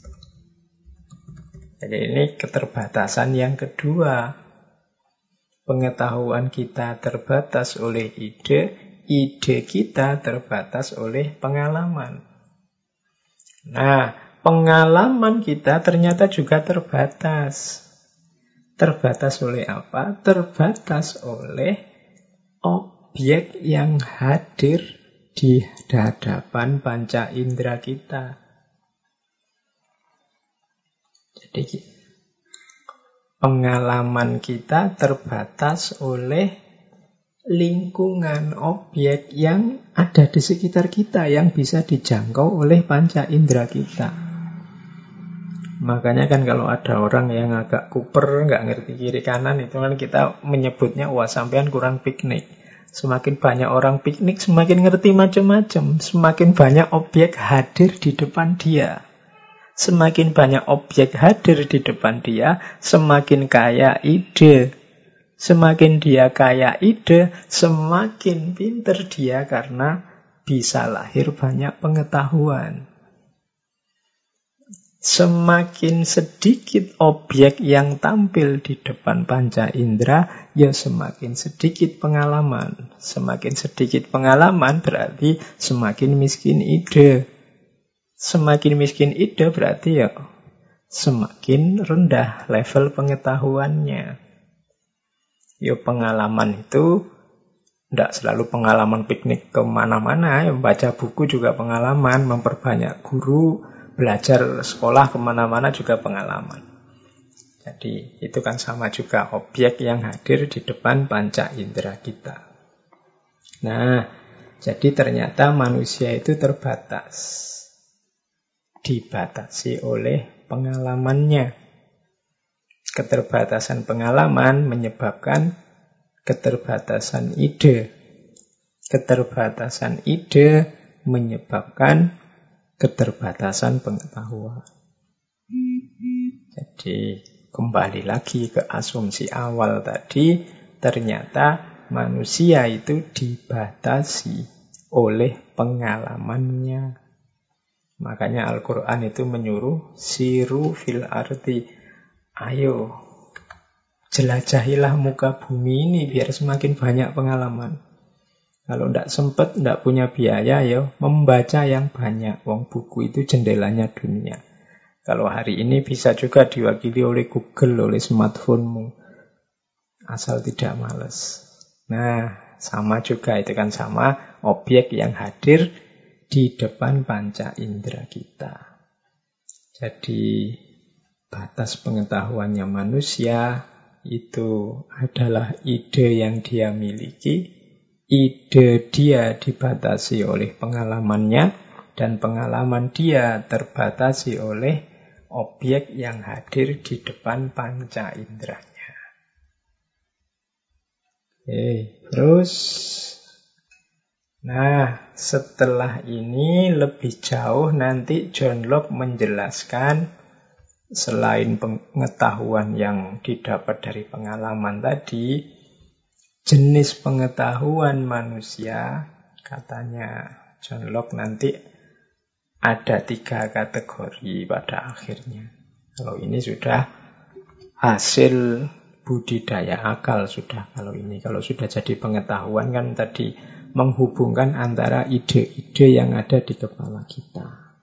Jadi ini keterbatasan yang kedua. Pengetahuan kita terbatas oleh ide, ide kita terbatas oleh pengalaman. Nah, pengalaman kita ternyata juga terbatas. Terbatas oleh apa? Terbatas oleh objek yang hadir di hadapan panca indera kita. Jadi pengalaman kita terbatas oleh lingkungan objek yang ada di sekitar kita yang bisa dijangkau oleh panca indera kita. Makanya kan kalau ada orang yang agak kuper, nggak ngerti kiri kanan, itu kan kita menyebutnya, wah sampean kurang piknik. Semakin banyak orang piknik, semakin ngerti macam-macam. Semakin banyak objek hadir di depan dia. Semakin banyak objek hadir di depan dia, semakin kaya ide. Semakin dia kaya ide, semakin pinter dia karena bisa lahir banyak pengetahuan. Semakin sedikit objek yang tampil di depan panca indera, ya semakin sedikit pengalaman. Semakin sedikit pengalaman berarti semakin miskin ide. Semakin miskin ide berarti ya semakin rendah level pengetahuannya. Ya pengalaman itu Tidak selalu pengalaman piknik kemana-mana, ya, membaca buku juga pengalaman, memperbanyak guru, belajar sekolah kemana-mana juga pengalaman. Jadi itu kan sama juga objek yang hadir di depan panca indera kita. Nah, jadi ternyata manusia itu terbatas. Dibatasi oleh pengalamannya. Keterbatasan pengalaman menyebabkan keterbatasan ide. Keterbatasan ide menyebabkan keterbatasan pengetahuan. Jadi kembali lagi ke asumsi awal tadi, ternyata manusia itu dibatasi oleh pengalamannya. Makanya Al-Quran itu menyuruh siru fil ardi. Ayo, jelajahilah muka bumi ini biar semakin banyak pengalaman. Kalau tidak sempat, tidak punya biaya, ya membaca yang banyak. Wong buku itu jendelanya dunia. Kalau hari ini bisa juga diwakili oleh Google, oleh smartphone-mu. Asal tidak malas. Nah, sama juga, itu kan sama objek yang hadir di depan panca indera kita. Jadi batas pengetahuannya manusia itu adalah ide yang dia miliki. Ide dia dibatasi oleh pengalamannya, dan pengalaman dia terbatasi oleh objek yang hadir di depan panca inderanya. Oke, terus, nah setelah ini lebih jauh nanti John Locke menjelaskan selain pengetahuan yang didapat dari pengalaman tadi, jenis pengetahuan manusia, katanya John Locke nanti ada tiga kategori pada akhirnya. Kalau ini sudah hasil budidaya akal sudah. Kalau ini, kalau sudah jadi pengetahuan kan tadi menghubungkan antara ide-ide yang ada di kepala kita.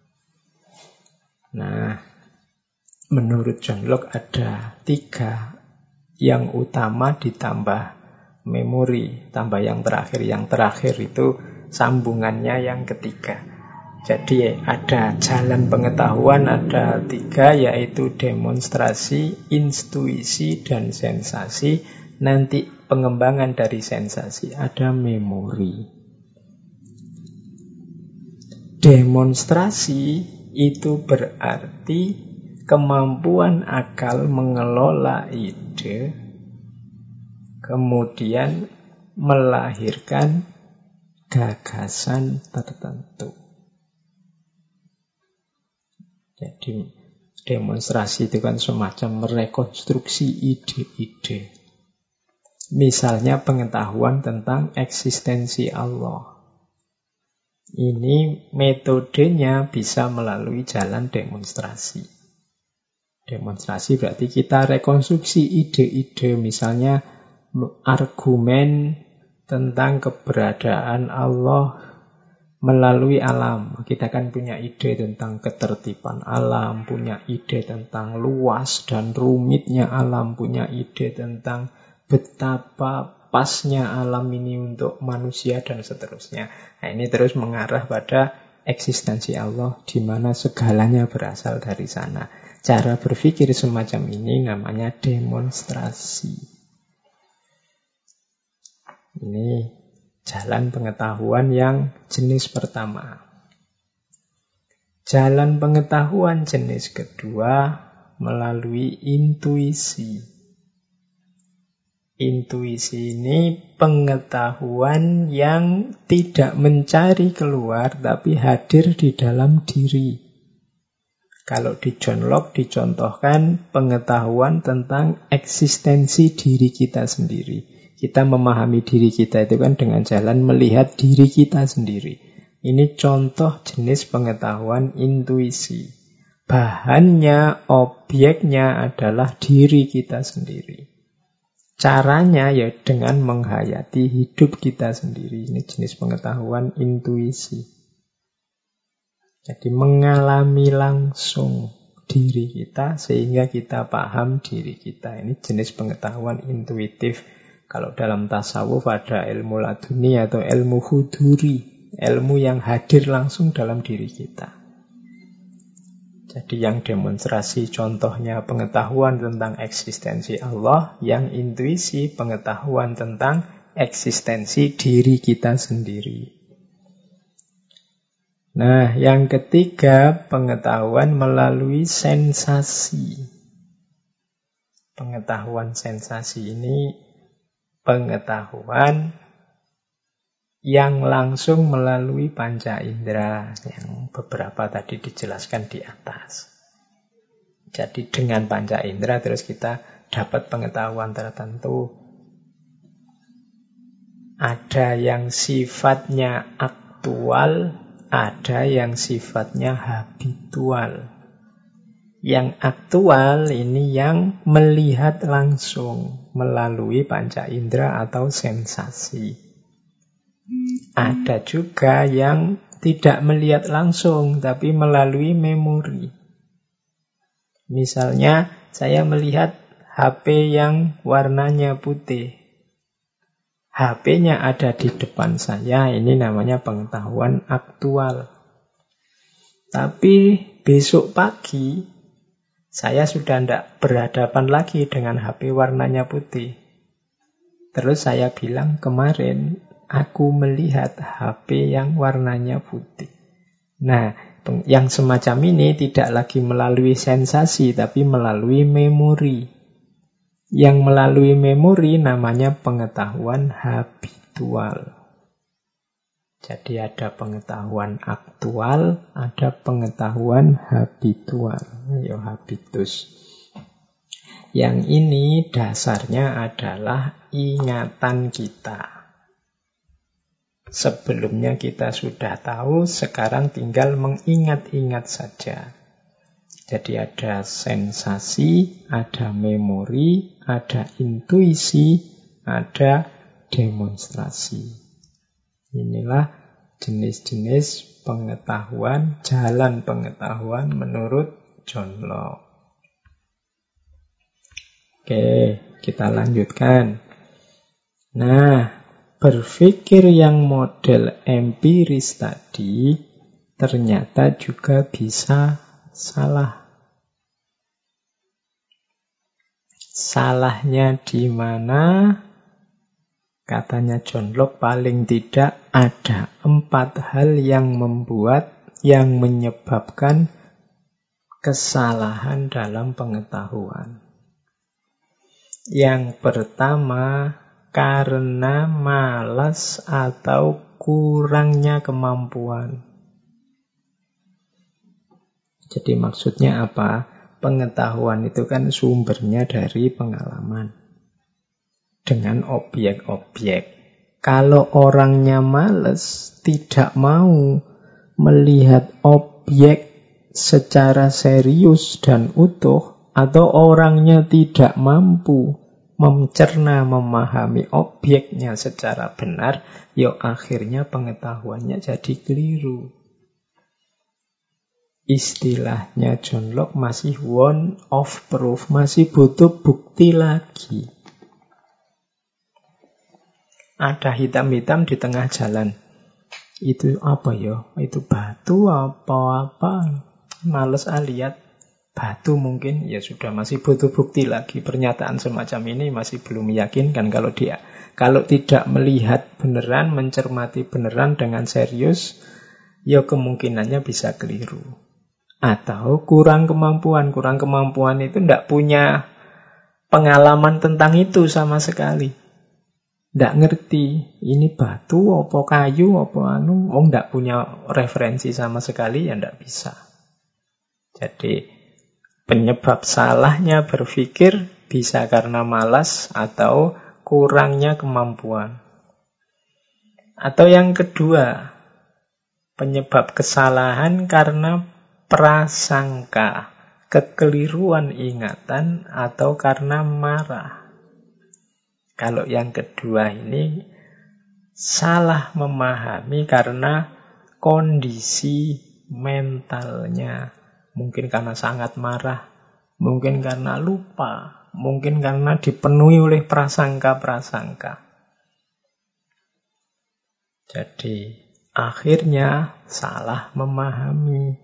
Nah, menurut John Locke ada tiga yang utama ditambah memori, tambah yang terakhir. Yang terakhir itu sambungannya yang ketiga. Jadi ada jalan pengetahuan, ada tiga, yaitu demonstrasi, intuisi, dan sensasi. Nanti pengembangan dari sensasi ada memori. Demonstrasi itu berarti kemampuan akal mengelola ide, kemudian melahirkan gagasan tertentu. Jadi demonstrasi itu kan semacam merekonstruksi ide-ide. Misalnya pengetahuan tentang eksistensi Allah. Ini metodenya bisa melalui jalan demonstrasi. Demonstrasi berarti kita rekonstruksi ide-ide, misalnya argumen tentang keberadaan Allah melalui alam. Kita kan punya ide tentang ketertiban alam, punya ide tentang luas dan rumitnya alam, punya ide tentang betapa pasnya alam ini untuk manusia dan seterusnya. Nah, ini terus mengarah pada eksistensi Allah, di mana segalanya berasal dari sana. Cara berpikir semacam ini namanya demonstrasi. Ini jalan pengetahuan yang jenis pertama. Jalan pengetahuan jenis kedua melalui intuisi. Intuisi ini pengetahuan yang tidak mencari keluar, tapi hadir di dalam diri. Kalau di John Locke dicontohkan pengetahuan tentang eksistensi diri kita sendiri. Kita memahami diri kita itu kan dengan jalan melihat diri kita sendiri. Ini contoh jenis pengetahuan intuisi. Bahannya, objeknya adalah diri kita sendiri. Caranya ya dengan menghayati hidup kita sendiri. Ini jenis pengetahuan intuisi. Jadi mengalami langsung diri kita sehingga kita paham diri kita. Ini jenis pengetahuan intuitif Kalau dalam tasawuf ada ilmu laduni atau ilmu huduri, ilmu yang hadir langsung dalam diri kita. Jadi yang demonstrasi contohnya pengetahuan tentang eksistensi Allah, yang intuisi pengetahuan tentang eksistensi diri kita sendiri. Nah, yang ketiga, pengetahuan melalui sensasi. Pengetahuan sensasi ini pengetahuan yang langsung melalui panca indera, yang beberapa tadi dijelaskan di atas. Jadi dengan panca indera terus kita dapat pengetahuan tertentu. Ada yang sifatnya aktual, ada yang sifatnya habitual. Yang aktual ini yang melihat langsung melalui panca indera atau sensasi. Ada juga yang tidak melihat langsung tapi melalui memori. Misalnya saya melihat H P yang warnanya putih. H P-nya ada di depan saya, ini namanya pengetahuan aktual. Tapi besok pagi, saya sudah tidak berhadapan lagi dengan H P warnanya putih. Terus saya bilang, kemarin aku melihat H P yang warnanya putih. Nah, yang semacam ini tidak lagi melalui sensasi, tapi melalui memori. Yang melalui memori namanya pengetahuan habitual. Jadi ada pengetahuan aktual, ada pengetahuan habitual. Ya, habitus. Yang ini dasarnya adalah ingatan kita. Sebelumnya kita sudah tahu, sekarang tinggal mengingat-ingat saja. Jadi ada sensasi, ada memori, ada intuisi, ada demonstrasi. Inilah jenis-jenis pengetahuan, jalan pengetahuan menurut John Locke. Oke, kita lanjutkan. Nah, berpikir yang model empiris tadi ternyata juga bisa salah. Salahnya di mana? Katanya John Locke, paling tidak ada empat hal yang membuat, yang menyebabkan kesalahan dalam pengetahuan. Yang pertama, karena malas atau kurangnya kemampuan. Jadi maksudnya apa? Pengetahuan itu kan sumbernya dari pengalaman dengan objek-objek. Kalau orangnya malas, tidak mau melihat objek secara serius dan utuh, atau orangnya tidak mampu mencerna, memahami objeknya secara benar, ya akhirnya pengetahuannya jadi keliru. Istilahnya John Locke masih want of proof, masih butuh bukti lagi. Ada hitam-hitam di tengah jalan. Itu apa ya? Itu batu apa-apa? Males ah lihat. Batu mungkin, ya sudah masih butuh bukti lagi. Pernyataan semacam ini masih belum meyakinkan kalau dia. Kalau tidak melihat beneran, mencermati beneran dengan serius, ya kemungkinannya bisa keliru. Atau kurang kemampuan. Kurang kemampuan itu tidak punya pengalaman tentang itu sama sekali. Tidak ngerti, ini batu, apa kayu, apa anu. Oh, tidak punya referensi sama sekali, ya tidak bisa. Jadi, penyebab salahnya berpikir bisa karena malas atau kurangnya kemampuan. Atau yang kedua, penyebab kesalahan karena prasangka, kekeliruan ingatan, atau karena marah. Kalau yang kedua ini salah memahami karena kondisi mentalnya. Mungkin karena sangat marah, mungkin karena lupa, mungkin karena dipenuhi oleh prasangka-prasangka. Jadi akhirnya salah memahami.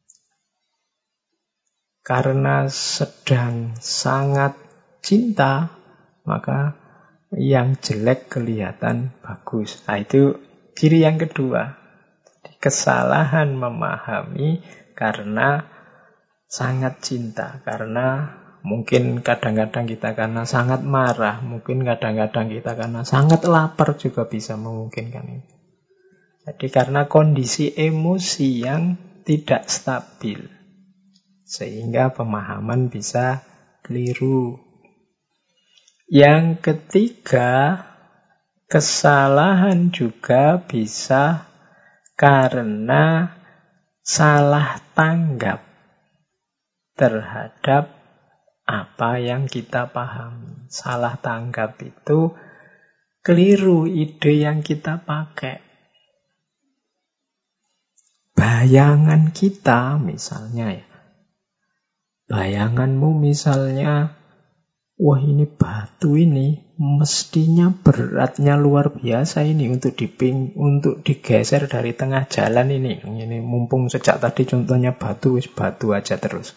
Karena sedang sangat cinta, maka yang jelek kelihatan bagus. Nah, itu ciri yang kedua. Kesalahan memahami karena sangat cinta. Karena mungkin kadang-kadang kita karena sangat marah. Mungkin kadang-kadang kita karena sangat lapar juga bisa memungkinkan itu. Jadi karena kondisi emosi yang tidak stabil. Sehingga pemahaman bisa keliru. Yang ketiga, kesalahan juga bisa karena salah tanggap terhadap apa yang kita pahami. Salah tanggap itu keliru ide yang kita pakai. Bayangan kita misalnya ya. Bayanganmu misalnya, wah ini batu ini mestinya beratnya luar biasa ini untuk diping, untuk digeser dari tengah jalan ini. Ini mumpung sejak tadi contohnya batu, wis batu aja terus.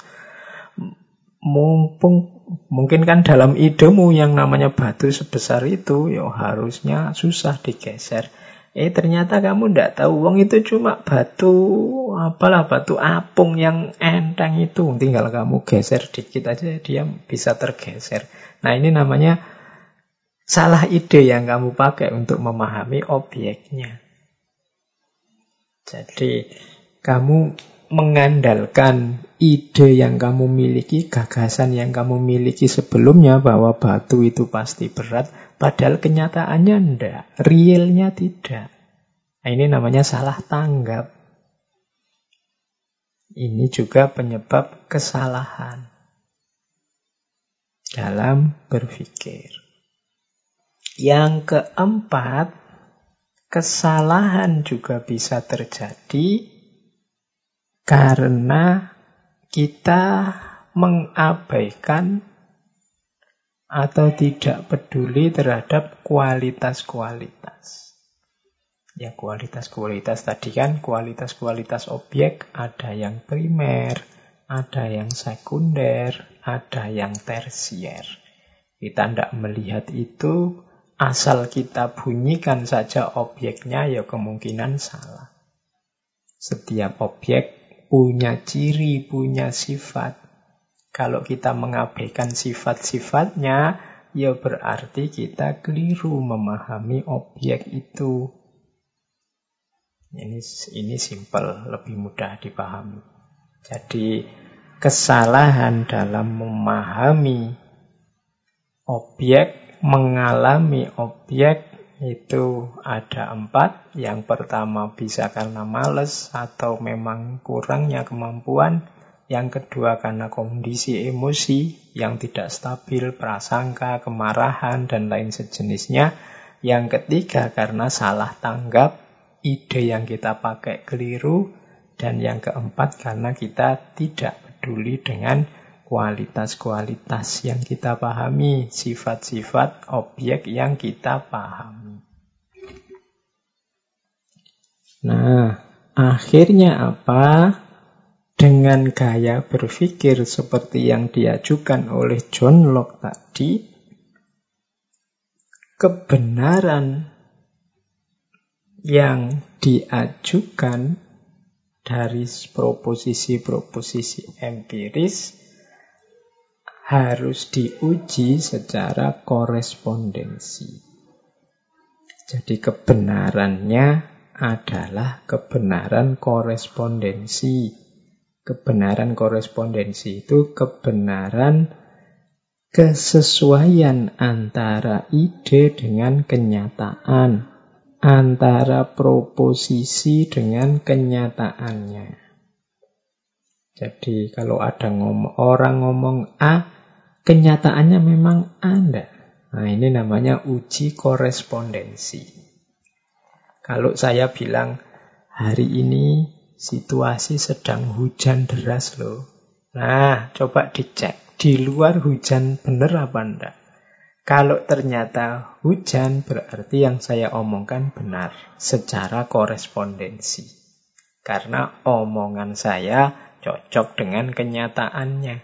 Mumpung mungkin kan dalam idemu yang namanya batu sebesar itu, ya harusnya susah digeser. Eh ternyata kamu ndak tahu, wong itu cuma batu, apalah batu apung yang enteng itu. Tinggal kamu geser dikit aja dia bisa tergeser. Nah ini namanya salah ide yang kamu pakai untuk memahami objeknya. Jadi kamu mengandalkan ide yang kamu miliki, gagasan yang kamu miliki sebelumnya bahwa batu itu pasti berat. Padahal kenyataannya enggak, realnya tidak. Nah, ini namanya salah tanggap. Ini juga penyebab kesalahan dalam berpikir. Yang keempat, kesalahan juga bisa terjadi karena kita mengabaikan atau tidak peduli terhadap kualitas-kualitas. Ya kualitas-kualitas tadi kan kualitas-kualitas objek ada yang primer, ada yang sekunder, ada yang tersier. Kita tidak melihat itu, asal kita bunyikan saja objeknya ya kemungkinan salah. Setiap objek punya ciri, punya sifat. Kalau kita mengabaikan sifat-sifatnya, ya berarti kita keliru memahami objek itu. Ini ini simpel, lebih mudah dipahami. Jadi kesalahan dalam memahami objek, mengalami objek itu ada empat. Yang pertama bisa karena malas atau memang kurangnya kemampuan. Yang kedua karena kondisi emosi yang tidak stabil, prasangka, kemarahan, dan lain sejenisnya. Yang ketiga karena salah tanggap, ide yang kita pakai keliru. Dan yang keempat karena kita tidak peduli dengan kualitas-kualitas yang kita pahami, sifat-sifat objek yang kita pahami. Nah, akhirnya apa? Dengan gaya berpikir seperti yang diajukan oleh John Locke tadi, kebenaran yang diajukan dari proposisi-proposisi empiris harus diuji secara korespondensi. Jadi kebenarannya adalah kebenaran korespondensi. Kebenaran korespondensi itu kebenaran kesesuaian antara ide dengan kenyataan, antara proposisi dengan kenyataannya. Jadi kalau ada ngomong, orang ngomong A, kenyataannya memang A enggak. Nah ini namanya uji korespondensi. Kalau saya bilang hari ini situasi sedang hujan deras loh. Nah, coba dicek. Di luar hujan benar apa enggak? Kalau ternyata hujan, berarti yang saya omongkan benar secara korespondensi. Karena omongan saya cocok dengan kenyataannya.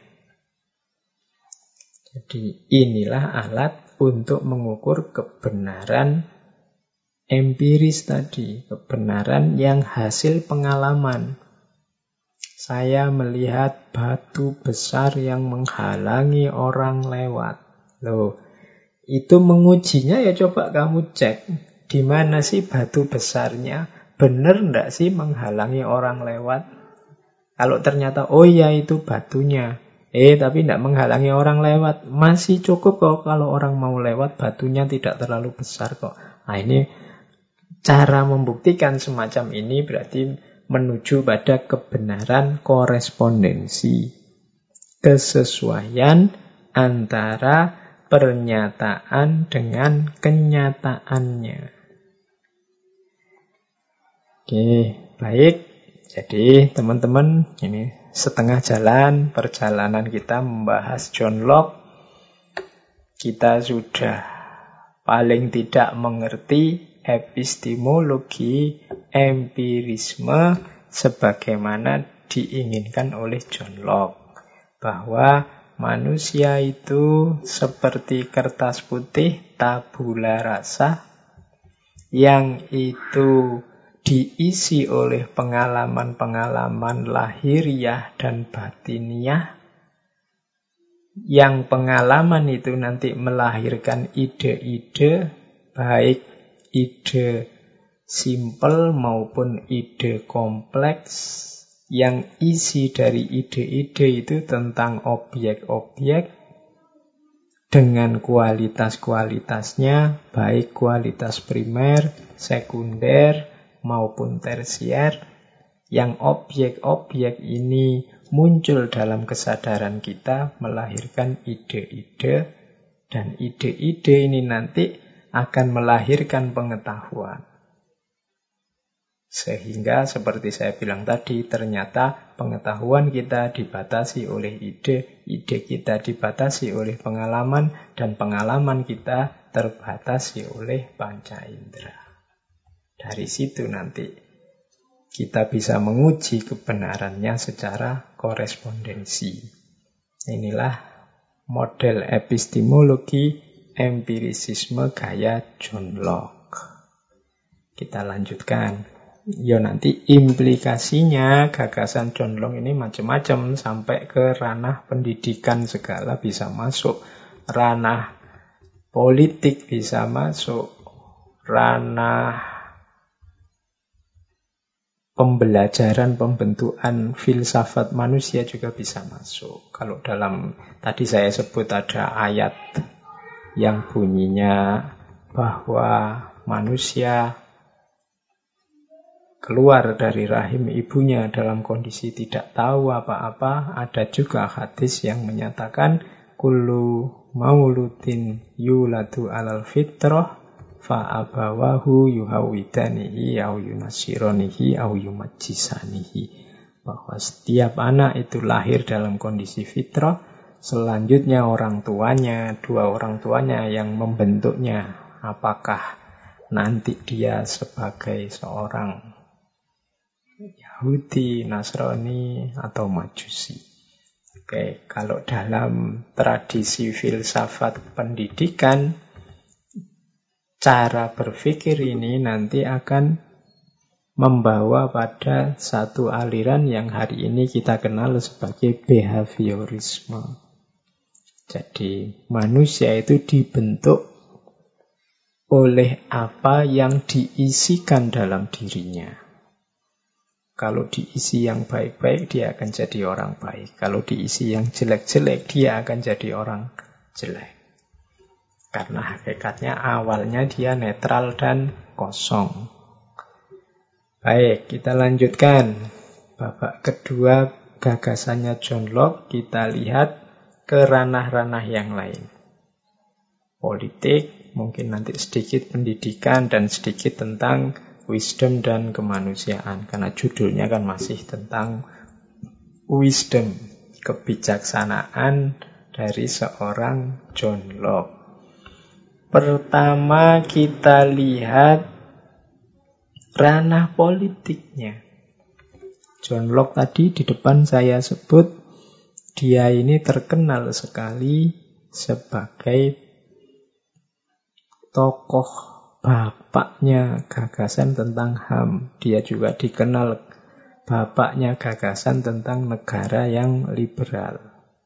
Jadi inilah alat untuk mengukur kebenaran empiris tadi. Kebenaran yang hasil pengalaman. Saya melihat batu besar yang menghalangi orang lewat. Loh, itu mengujinya ya coba kamu cek. Di mana sih batu besarnya? Benar enggak sih menghalangi orang lewat? Kalau ternyata, oh ya itu batunya. Eh, tapi tidak menghalangi orang lewat. Masih cukup kok kalau orang mau lewat, batunya tidak terlalu besar kok. Nah, ini cara membuktikan semacam ini berarti menuju pada kebenaran korespondensi. Kesesuaian antara pernyataan dengan kenyataannya. Oke, baik. Jadi teman-teman, ini setengah jalan perjalanan kita membahas John Locke. Kita sudah paling tidak mengerti epistemologi empirisme sebagaimana diinginkan oleh John Locke. Bahwa manusia itu seperti kertas putih tabula rasa yang itu diisi oleh pengalaman-pengalaman lahiriah dan batiniah, yang pengalaman itu nanti melahirkan ide-ide, baik ide simpel maupun ide kompleks, yang isi dari ide-ide itu tentang objek-objek dengan kualitas-kualitasnya, baik kualitas primer, sekunder, maupun tersier, yang objek-objek ini muncul dalam kesadaran kita, melahirkan ide-ide, dan ide-ide ini nanti akan melahirkan pengetahuan. Sehingga seperti saya bilang tadi, ternyata pengetahuan kita dibatasi oleh ide, ide kita dibatasi oleh pengalaman, dan pengalaman kita terbatasi oleh panca indera. Dari situ nanti kita bisa menguji kebenarannya secara korespondensi. Inilah model epistemologi empirisisme gaya John Locke. Kita lanjutkan. Ya nanti implikasinya gagasan John Locke ini macam-macam sampai ke ranah pendidikan segala bisa masuk. Ranah politik bisa masuk. Ranah pembelajaran, pembentukan filsafat manusia juga bisa masuk. Kalau dalam, tadi saya sebut ada ayat yang bunyinya bahwa manusia keluar dari rahim ibunya dalam kondisi tidak tahu apa-apa. Ada juga hadis yang menyatakan kullu mauludin yuladu alal fitrah fa'abawahu yuhawidanihi au yunasironihi au yumajjisanihi. Bahwa setiap anak itu lahir dalam kondisi fitrah, selanjutnya orang tuanya, dua orang tuanya yang membentuknya. Apakah nanti dia sebagai seorang Yahudi, Nasrani, atau Majusi. Oke, kalau dalam tradisi filsafat pendidikan, cara berpikir ini nanti akan membawa pada satu aliran yang hari ini kita kenal sebagai behaviorisme. Jadi manusia itu dibentuk oleh apa yang diisikan dalam dirinya. Kalau diisi yang baik-baik, dia akan jadi orang baik. Kalau diisi yang jelek-jelek, dia akan jadi orang jelek. Karena hakikatnya awalnya dia netral dan kosong. Baik, kita lanjutkan. Babak kedua gagasannya John Locke, kita lihat ke ranah-ranah yang lain. Politik, mungkin nanti sedikit pendidikan, dan sedikit tentang wisdom dan kemanusiaan. Karena judulnya kan masih tentang wisdom. kebijaksanaan dari seorang John Locke. Pertama kita lihat ranah politiknya. John Locke tadi di depan saya sebut, dia ini terkenal sekali sebagai tokoh bapaknya gagasan tentang H A M. Dia juga dikenal bapaknya gagasan tentang negara yang liberal.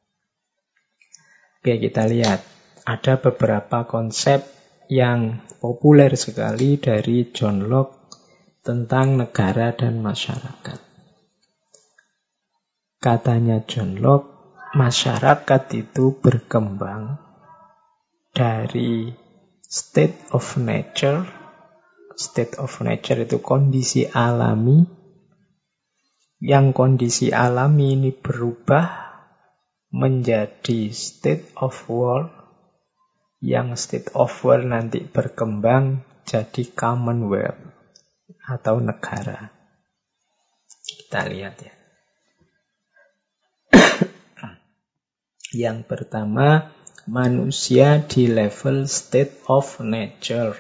Oke, kita lihat. Ada beberapa konsep yang populer sekali dari John Locke tentang negara dan masyarakat. Katanya John Locke, masyarakat itu berkembang dari state of nature. State of nature itu kondisi alami. Yang kondisi alami ini berubah menjadi state of war. Yang state of war nanti berkembang jadi commonwealth atau negara. Kita lihat ya. Yang pertama, manusia di level state of nature.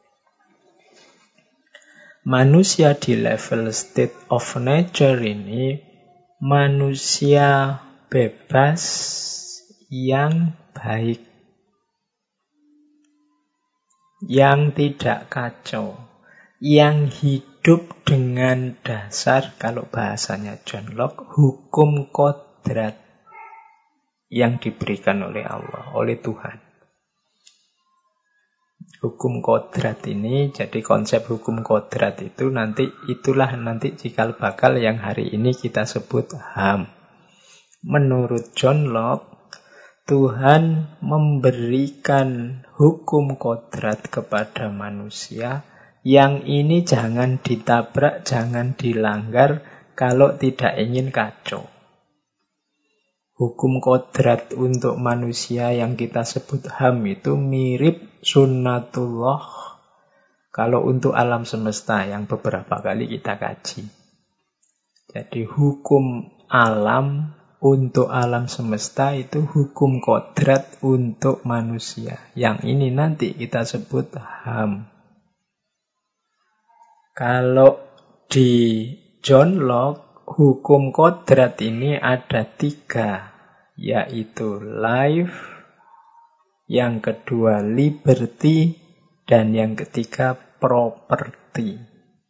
Manusia di level state of nature ini manusia bebas yang baik, yang tidak kacau, yang hidup dengan dasar, kalau bahasanya John Locke, hukum kodrat yang diberikan oleh Allah, oleh Tuhan. Hukum kodrat ini, jadi konsep hukum kodrat itu nanti, itulah nanti cikal bakal yang hari ini kita sebut H A M. Menurut John Locke, Tuhan memberikan hukum kodrat kepada manusia yang ini jangan ditabrak, jangan dilanggar kalau tidak ingin kacau. Hukum kodrat untuk manusia yang kita sebut H A M itu mirip sunnatullah kalau untuk alam semesta yang beberapa kali kita kaji. Jadi hukum alam untuk alam semesta itu hukum kodrat untuk manusia. Yang ini nanti kita sebut H A M. Kalau di John Locke, hukum kodrat ini ada tiga, yaitu life, yang kedua liberty, dan yang ketiga property.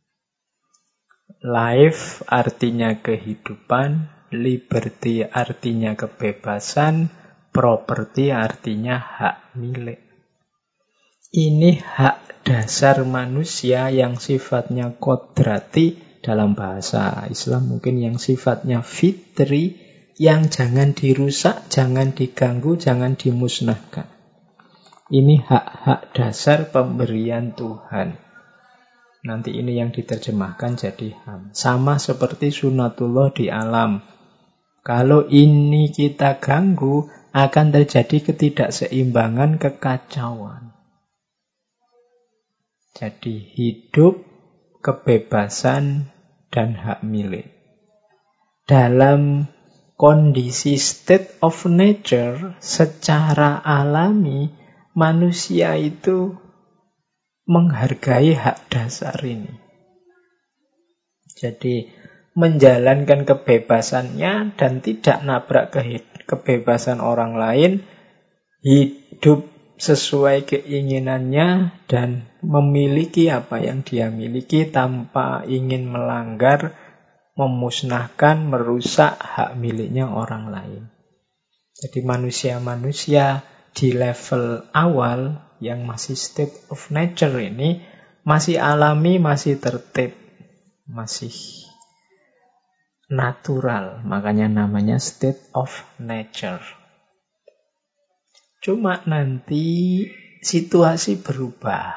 Life artinya kehidupan, liberty artinya kebebasan, property artinya hak milik. Ini hak dasar manusia yang sifatnya kodrati, dalam bahasa Islam mungkin yang sifatnya fitri, yang jangan dirusak, jangan diganggu, jangan dimusnahkan. Ini hak-hak dasar pemberian Tuhan. Nanti ini yang diterjemahkan jadi H A M. Sama seperti sunatullah di alam. Kalau ini kita ganggu, akan terjadi ketidakseimbangan, kekacauan. Jadi hidup, kebebasan, dan hak milik. Dalam kondisi state of nature, secara alami, manusia itu menghargai hak dasar ini. Jadi menjalankan kebebasannya dan tidak nabrak ke kebebasan orang lain, hidup sesuai keinginannya dan memiliki apa yang dia miliki tanpa ingin melanggar, memusnahkan, merusak hak miliknya orang lain. Jadi manusia-manusia di level awal yang masih state of nature ini masih alami, masih tertib, masih natural. Makanya namanya state of nature. Cuma nanti situasi berubah.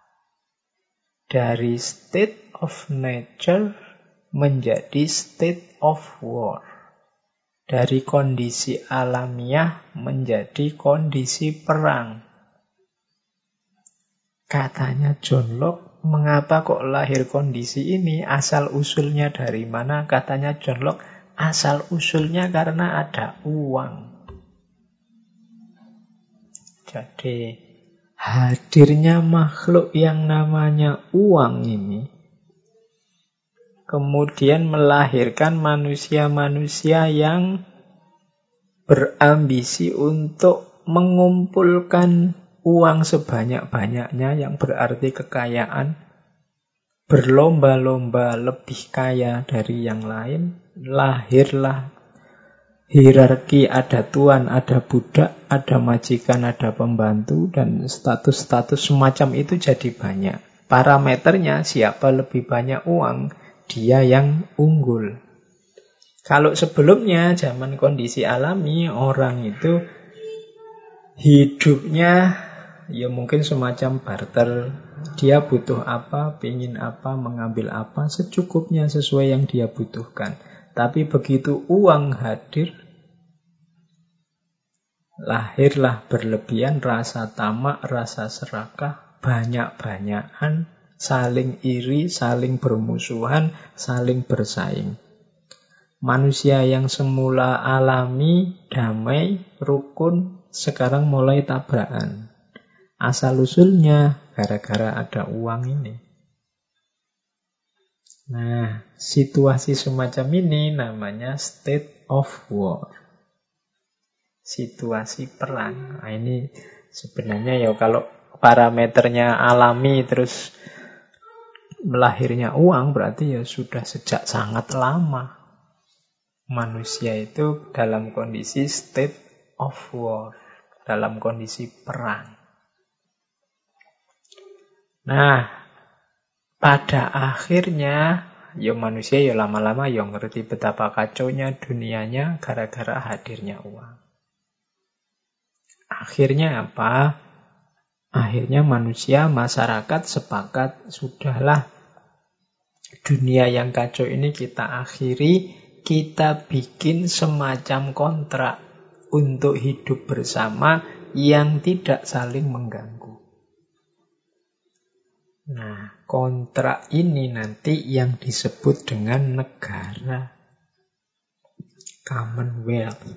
Dari state of nature menjadi state of war. Dari kondisi alamiah menjadi kondisi perang. Katanya John Locke, mengapa kok lahir kondisi ini? Asal usulnya dari mana? Katanya John Locke, asal-usulnya karena ada uang. Jadi hadirnya makhluk yang namanya uang ini kemudian melahirkan manusia-manusia yang berambisi untuk mengumpulkan uang sebanyak-banyaknya, yang berarti kekayaan, berlomba-lomba lebih kaya dari yang lain. Lahirlah hierarki, ada tuan, ada budak, ada majikan, ada pembantu, dan status-status semacam itu jadi banyak. Parameternya siapa lebih banyak uang, dia yang unggul. Kalau sebelumnya zaman kondisi alami, orang itu hidupnya ya mungkin semacam barter. Dia butuh apa, pingin apa, mengambil apa, secukupnya sesuai yang dia butuhkan. Tapi begitu uang hadir, lahirlah berlebihan rasa tamak, rasa serakah, banyak-banyakan, saling iri, saling bermusuhan, saling bersaing. Manusia yang semula alami, damai, rukun, sekarang mulai tabrakan. Asal-usulnya gara-gara ada uang ini. Nah, situasi semacam ini namanya state of war. Situasi perang. Nah, ini sebenarnya ya kalau parameternya alami terus melahirnya uang, berarti ya sudah sejak sangat lama manusia itu dalam kondisi state of war, dalam kondisi perang. Nah, pada akhirnya ya manusia ya lama-lama ya ngerti betapa kacaunya dunianya gara-gara hadirnya uang. Akhirnya apa? Akhirnya manusia, masyarakat sepakat, sudahlah dunia yang kacau ini kita akhiri, kita bikin semacam kontrak untuk hidup bersama yang tidak saling mengganggu. Nah, kontrak ini nanti yang disebut dengan negara. Commonwealth.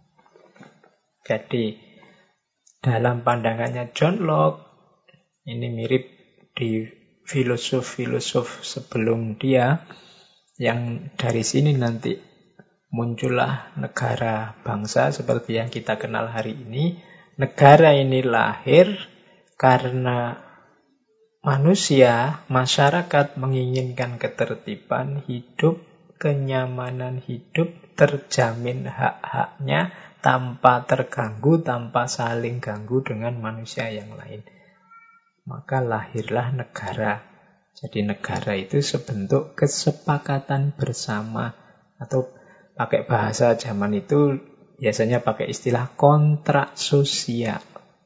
Jadi, dalam pandangannya John Locke, ini mirip di filosof-filosof sebelum dia, yang dari sini nanti muncullah negara bangsa seperti yang kita kenal hari ini. Negara ini lahir karena manusia, masyarakat menginginkan ketertiban hidup, kenyamanan hidup, terjamin hak-haknya tanpa terganggu, tanpa saling ganggu dengan manusia yang lain. Maka lahirlah negara. Jadi negara itu sebentuk kesepakatan bersama, atau pakai bahasa zaman itu biasanya pakai istilah kontrak sosial.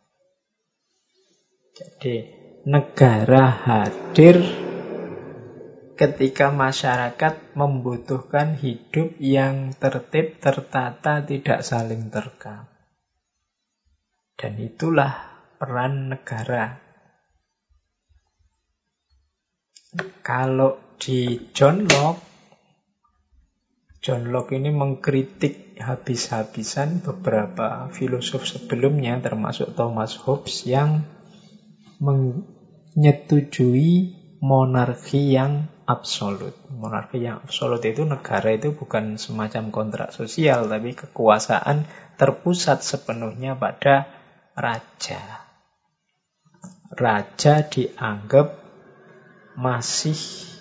Jadi negara hadir ketika masyarakat membutuhkan hidup yang tertib, tertata, tidak saling terkam. Dan itulah peran negara. Kalau di John Locke, John Locke ini mengkritik habis-habisan beberapa filosof sebelumnya, termasuk Thomas Hobbes, yang menyetujui monarki yang absolut. Monarki yang absolut itu negara itu bukan semacam kontrak sosial, tapi kekuasaan terpusat sepenuhnya pada raja. Raja dianggap masih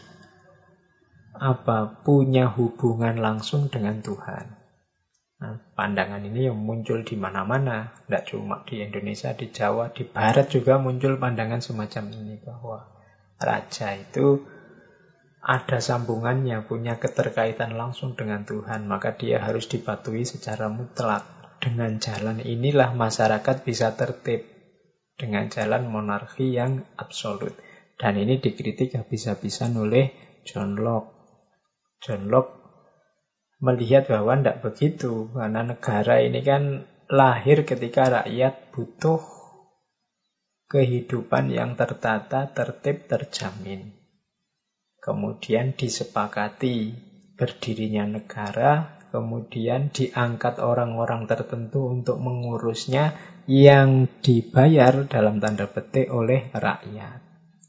apa punya hubungan langsung dengan Tuhan. Nah, pandangan ini yang muncul di mana-mana, tidak cuma di Indonesia, di Jawa, di Barat juga muncul pandangan semacam ini, bahwa raja itu ada sambungannya, punya keterkaitan langsung dengan Tuhan, maka dia harus dipatuhi secara mutlak. Dengan jalan inilah masyarakat bisa tertib, dengan jalan monarki yang absolut. Dan ini dikritik habis-habisan oleh John Locke. John Locke melihat bahwa tidak begitu, karena negara ini kan lahir ketika rakyat butuh kehidupan yang tertata, tertib, terjamin. Kemudian disepakati berdirinya negara kemudian diangkat orang-orang tertentu untuk mengurusnya yang dibayar dalam tanda petik oleh rakyat.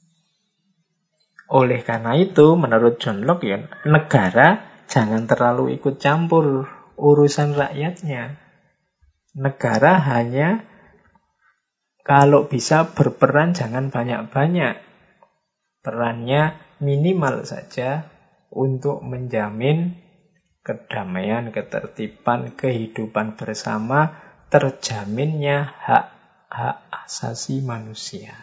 Oleh karena itu, menurut John Locke, ya, negara jangan terlalu ikut campur urusan rakyatnya. Negara hanya kalau bisa berperan jangan banyak-banyak. Perannya minimal saja untuk menjamin kedamaian, ketertiban, kehidupan bersama, terjaminnya hak-hak asasi manusia.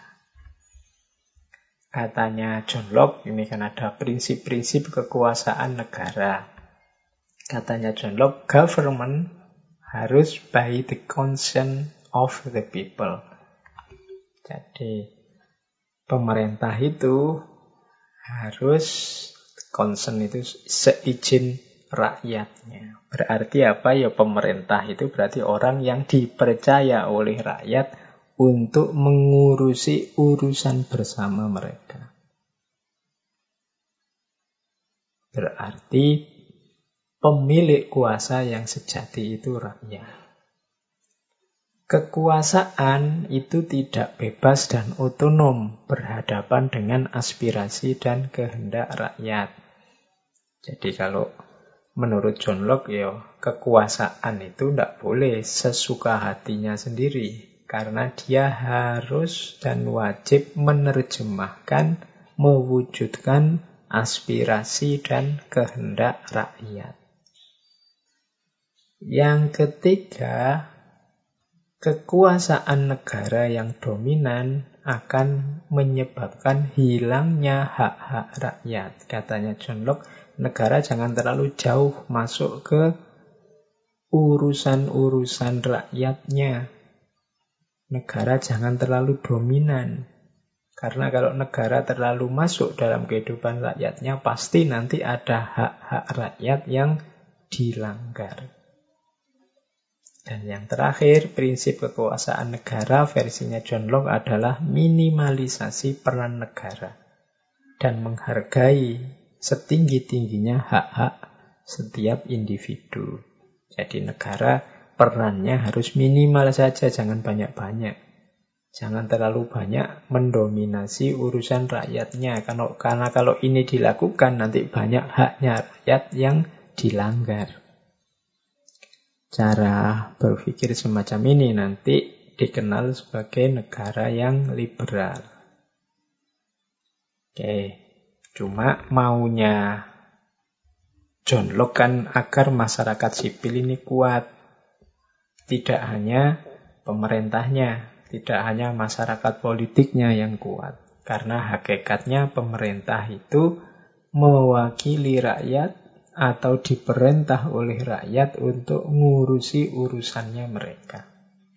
Katanya John Locke, ini kan ada prinsip-prinsip kekuasaan negara. Katanya John Locke, government harus by the consent of the people. Jadi, pemerintah itu harus, consent itu seizin rakyatnya. Berarti apa? Ya pemerintah itu berarti orang yang dipercaya oleh rakyat untuk mengurusi urusan bersama mereka. Berarti pemilik kuasa yang sejati itu rakyat. Kekuasaan itu tidak bebas dan otonom berhadapan dengan aspirasi dan kehendak rakyat. Jadi kalau menurut John Locke, ya, kekuasaan itu tidak boleh sesuka hatinya sendiri. Karena dia harus dan wajib menerjemahkan, mewujudkan aspirasi dan kehendak rakyat. Yang ketiga, kekuasaan negara yang dominan akan menyebabkan hilangnya hak-hak rakyat. Katanya John Locke, negara jangan terlalu jauh masuk ke urusan-urusan rakyatnya. Negara jangan terlalu dominan. Karena kalau negara terlalu masuk dalam kehidupan rakyatnya, pasti nanti ada hak-hak rakyat yang dilanggar. Dan yang terakhir, prinsip kekuasaan negara versinya John Locke adalah minimalisasi peran negara dan menghargai setinggi-tingginya hak-hak setiap individu. Jadi negara perannya harus minimal saja, jangan banyak-banyak. Jangan terlalu banyak mendominasi urusan rakyatnya. Karena, karena kalau ini dilakukan, nanti banyak haknya rakyat yang dilanggar. Cara berpikir semacam ini nanti dikenal sebagai negara yang liberal. Oke, cuma maunya John Locke kan agar masyarakat sipil ini kuat. Tidak hanya pemerintahnya, tidak hanya masyarakat politiknya yang kuat. Karena hakikatnya pemerintah itu mewakili rakyat atau diperintah oleh rakyat untuk ngurusi urusannya mereka.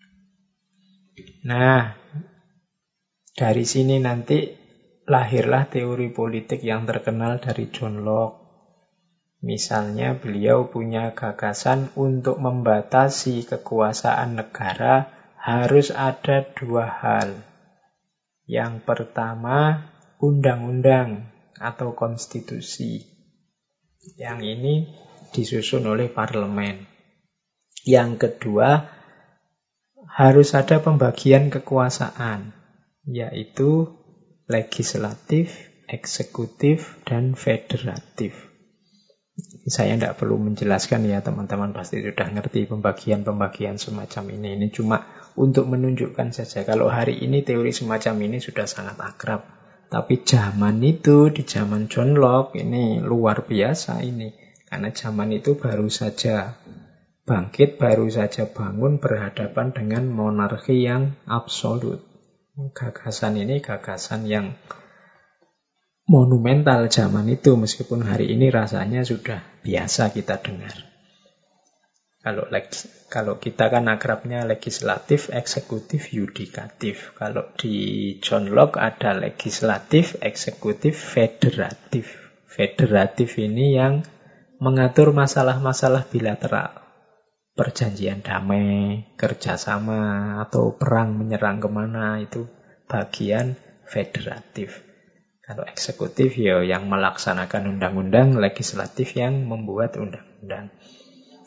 Nah, dari sini nanti lahirlah teori politik yang terkenal dari John Locke. Misalnya beliau punya gagasan untuk membatasi kekuasaan negara harus ada dua hal. Yang pertama, undang-undang atau konstitusi. Yang ini disusun oleh parlemen. Yang kedua, harus ada pembagian kekuasaan, yaitu legislatif, eksekutif, dan federatif. Saya tidak perlu menjelaskan ya, teman-teman pasti sudah ngerti pembagian-pembagian semacam ini. Ini cuma untuk menunjukkan saja. Kalau hari ini teori semacam ini sudah sangat akrab. Tapi zaman itu, di zaman John Locke, ini luar biasa ini. Karena zaman itu baru saja bangkit, baru saja bangun berhadapan dengan monarki yang absolut. Gagasan ini gagasan yang monumental zaman itu, meskipun hari ini rasanya sudah biasa kita dengar. Kalau kalau kita kan akrabnya legislatif, eksekutif, yudikatif. Kalau di John Locke ada legislatif, eksekutif, federatif. Federatif ini yang mengatur masalah-masalah bilateral. Perjanjian damai, kerjasama, atau perang menyerang kemana, itu bagian federatif. Kalau eksekutif ya yang melaksanakan undang-undang, legislatif yang membuat undang-undang.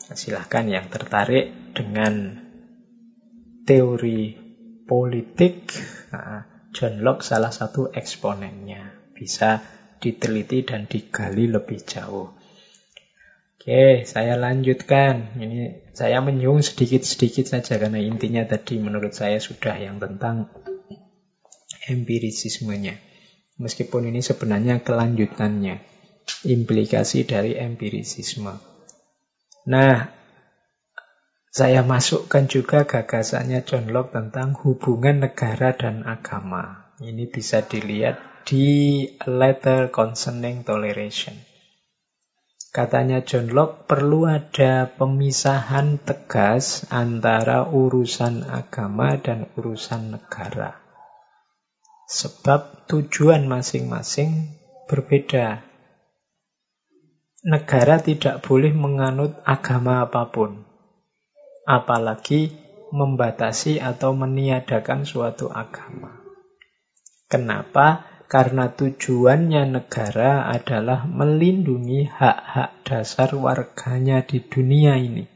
Silahkan yang tertarik dengan teori politik, John Locke salah satu eksponennya. Bisa diteliti dan digali lebih jauh. Oke, saya lanjutkan. Ini saya menyinggung sedikit-sedikit saja karena intinya tadi menurut saya sudah yang tentang empirisismenya. Meskipun ini sebenarnya kelanjutannya, implikasi dari empirisisme. Nah, saya masukkan juga gagasannya John Locke tentang hubungan negara dan agama. Ini bisa dilihat di A Letter Concerning Toleration. Katanya John Locke, perlu ada pemisahan tegas antara urusan agama dan urusan negara. Sebab tujuan masing-masing berbeda. Negara tidak boleh menganut agama apapun, apalagi membatasi atau meniadakan suatu agama. Kenapa? Karena tujuannya negara adalah melindungi hak-hak dasar warganya di dunia ini.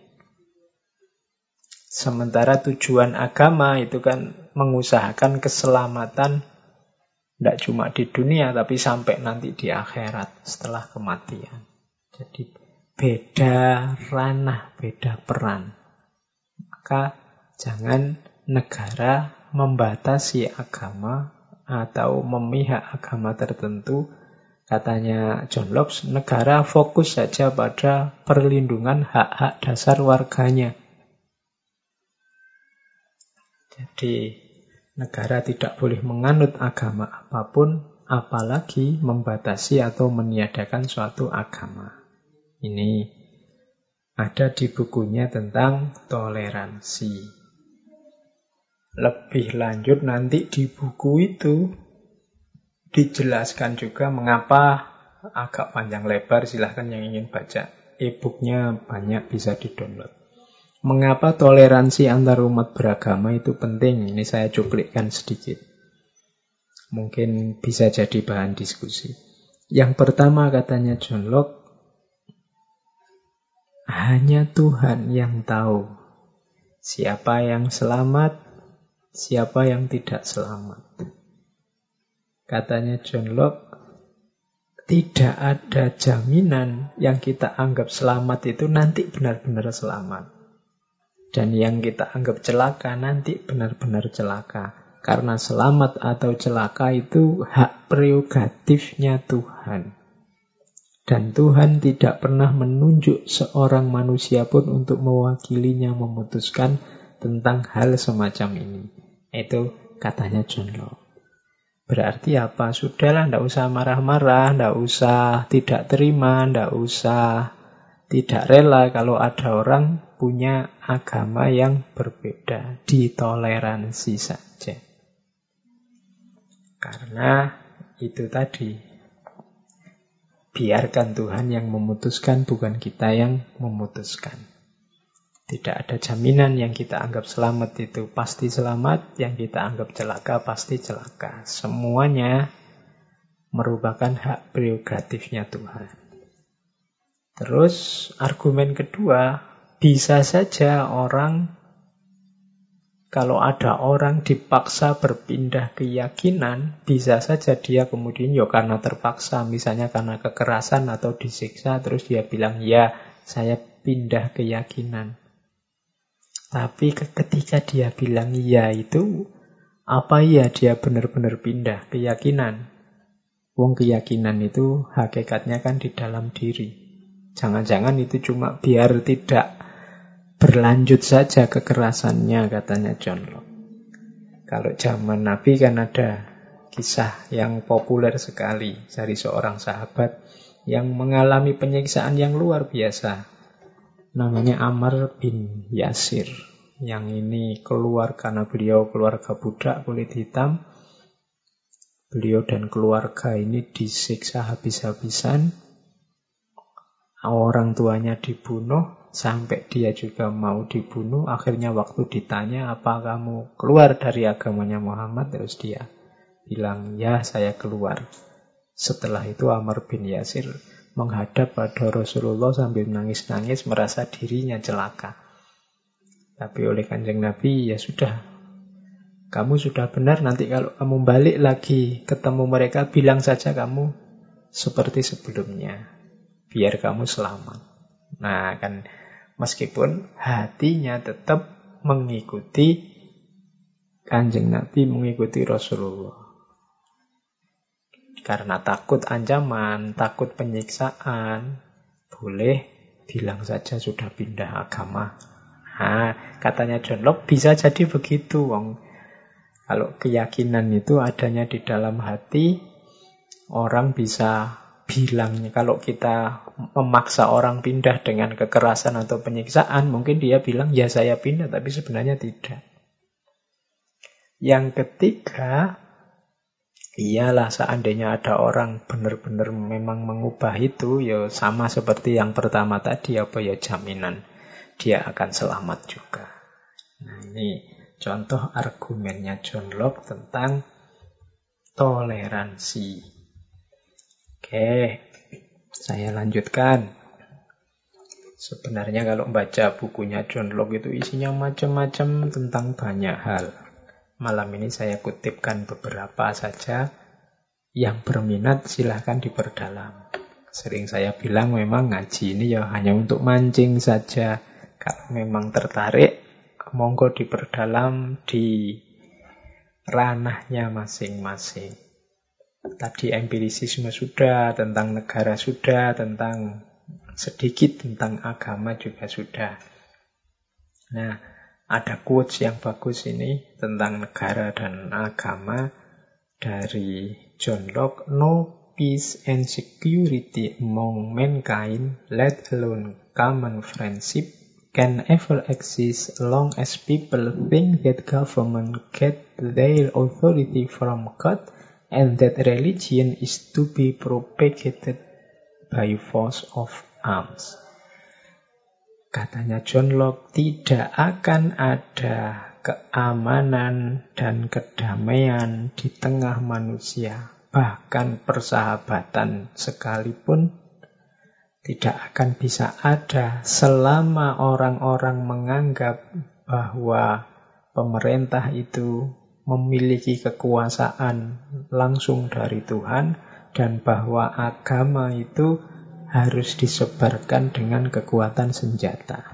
Sementara tujuan agama itu kan mengusahakan keselamatan tidak cuma di dunia, tapi sampai nanti di akhirat setelah kematian. Jadi beda ranah, beda peran. Maka jangan negara membatasi agama atau memihak agama tertentu. Katanya John Locke, negara fokus saja pada perlindungan hak-hak dasar warganya. Jadi negara tidak boleh menganut agama apapun, apalagi membatasi atau meniadakan suatu agama. Ini ada di bukunya tentang toleransi. Lebih lanjut nanti di buku itu dijelaskan juga mengapa, agak panjang lebar, silahkan yang ingin baca. E-booknya banyak, bisa di-download. Mengapa toleransi antar umat beragama itu penting? Ini saya cuplikkan sedikit. Mungkin bisa jadi bahan diskusi. Yang pertama katanya John Locke, hanya Tuhan yang tahu siapa yang selamat, siapa yang tidak selamat. Katanya John Locke, tidak ada jaminan yang kita anggap selamat itu nanti benar-benar selamat. Dan yang kita anggap celaka nanti benar-benar celaka. Karena selamat atau celaka itu hak prerogatifnya Tuhan. Dan Tuhan tidak pernah menunjuk seorang manusia pun untuk mewakilinya memutuskan tentang hal semacam ini. Itu katanya John Locke. Berarti apa? Sudahlah, tidak usah marah-marah, tidak usah tidak terima, tidak usah tidak rela kalau ada orang punya agama yang berbeda. Ditoleransi saja. Karena itu tadi, biarkan Tuhan yang memutuskan, bukan kita yang memutuskan. Tidak ada jaminan yang kita anggap selamat itu pasti selamat, yang kita anggap celaka pasti celaka. Semuanya merupakan hak prerogatifnya Tuhan. Terus argumen kedua, bisa saja orang, kalau ada orang dipaksa berpindah keyakinan, bisa saja dia kemudian ya karena terpaksa, misalnya karena kekerasan atau disiksa, terus dia bilang, ya saya pindah keyakinan. Tapi ketika dia bilang iya itu, apa iya dia benar-benar pindah keyakinan? Wong keyakinan itu hakikatnya kan di dalam diri. Jangan-jangan itu cuma biar tidak berlanjut saja kekerasannya, katanya John Locke. Kalau zaman Nabi kan ada kisah yang populer sekali dari seorang sahabat yang mengalami penyiksaan yang luar biasa. Namanya Ammar bin Yasir. Yang ini keluar karena beliau keluarga budak kulit hitam. Beliau dan keluarga ini disiksa habis-habisan. Orang tuanya dibunuh, sampai dia juga mau dibunuh. Akhirnya waktu ditanya, apa kamu keluar dari agamanya Muhammad? Terus dia bilang, ya saya keluar. Setelah itu Ammar bin Yasir menghadap pada Rasulullah sambil nangis-nangis merasa dirinya celaka. Tapi oleh Kanjeng Nabi, ya sudah, kamu sudah benar, nanti kalau kamu balik lagi ketemu mereka, bilang saja kamu seperti sebelumnya, biar kamu selamat. Nah kan, meskipun hatinya tetap mengikuti Kanjeng Nabi, mengikuti Rasulullah. Karena takut ancaman, takut penyiksaan, boleh bilang saja sudah pindah agama. Nah, katanya John Locke, bisa jadi begitu, wong. Kalau keyakinan itu adanya di dalam hati, orang bisa bilangnya. Kalau kita memaksa orang pindah dengan kekerasan atau penyiksaan, mungkin dia bilang, ya saya pindah, tapi sebenarnya tidak. Yang ketiga, iyalah seandainya ada orang benar-benar memang mengubah itu, ya sama seperti yang pertama tadi, apa ya jaminan dia akan selamat juga. Nah ini contoh argumennya John Locke tentang toleransi. Oke, saya lanjutkan. Sebenarnya kalau baca bukunya John Locke itu isinya macam-macam tentang banyak hal. Malam ini saya kutipkan beberapa saja. Yang berminat silahkan diperdalam. Sering saya bilang memang ngaji ini ya hanya untuk mancing saja. Kalau memang tertarik, monggo diperdalam di ranahnya masing-masing. Tadi empirisisme sudah, tentang negara sudah, tentang sedikit tentang agama juga sudah. Nah, ada quotes yang bagus ini tentang negara dan agama dari John Locke. No peace and security among mankind, let alone common friendship, can ever exist long as people think that government get their authority from God and that religion is to be propagated by force of arms. Katanya John Locke, tidak akan ada keamanan dan kedamaian di tengah manusia, bahkan persahabatan sekalipun tidak akan bisa ada selama orang-orang menganggap bahwa pemerintah itu memiliki kekuasaan langsung dari Tuhan dan bahwa agama itu harus disebarkan dengan kekuatan senjata.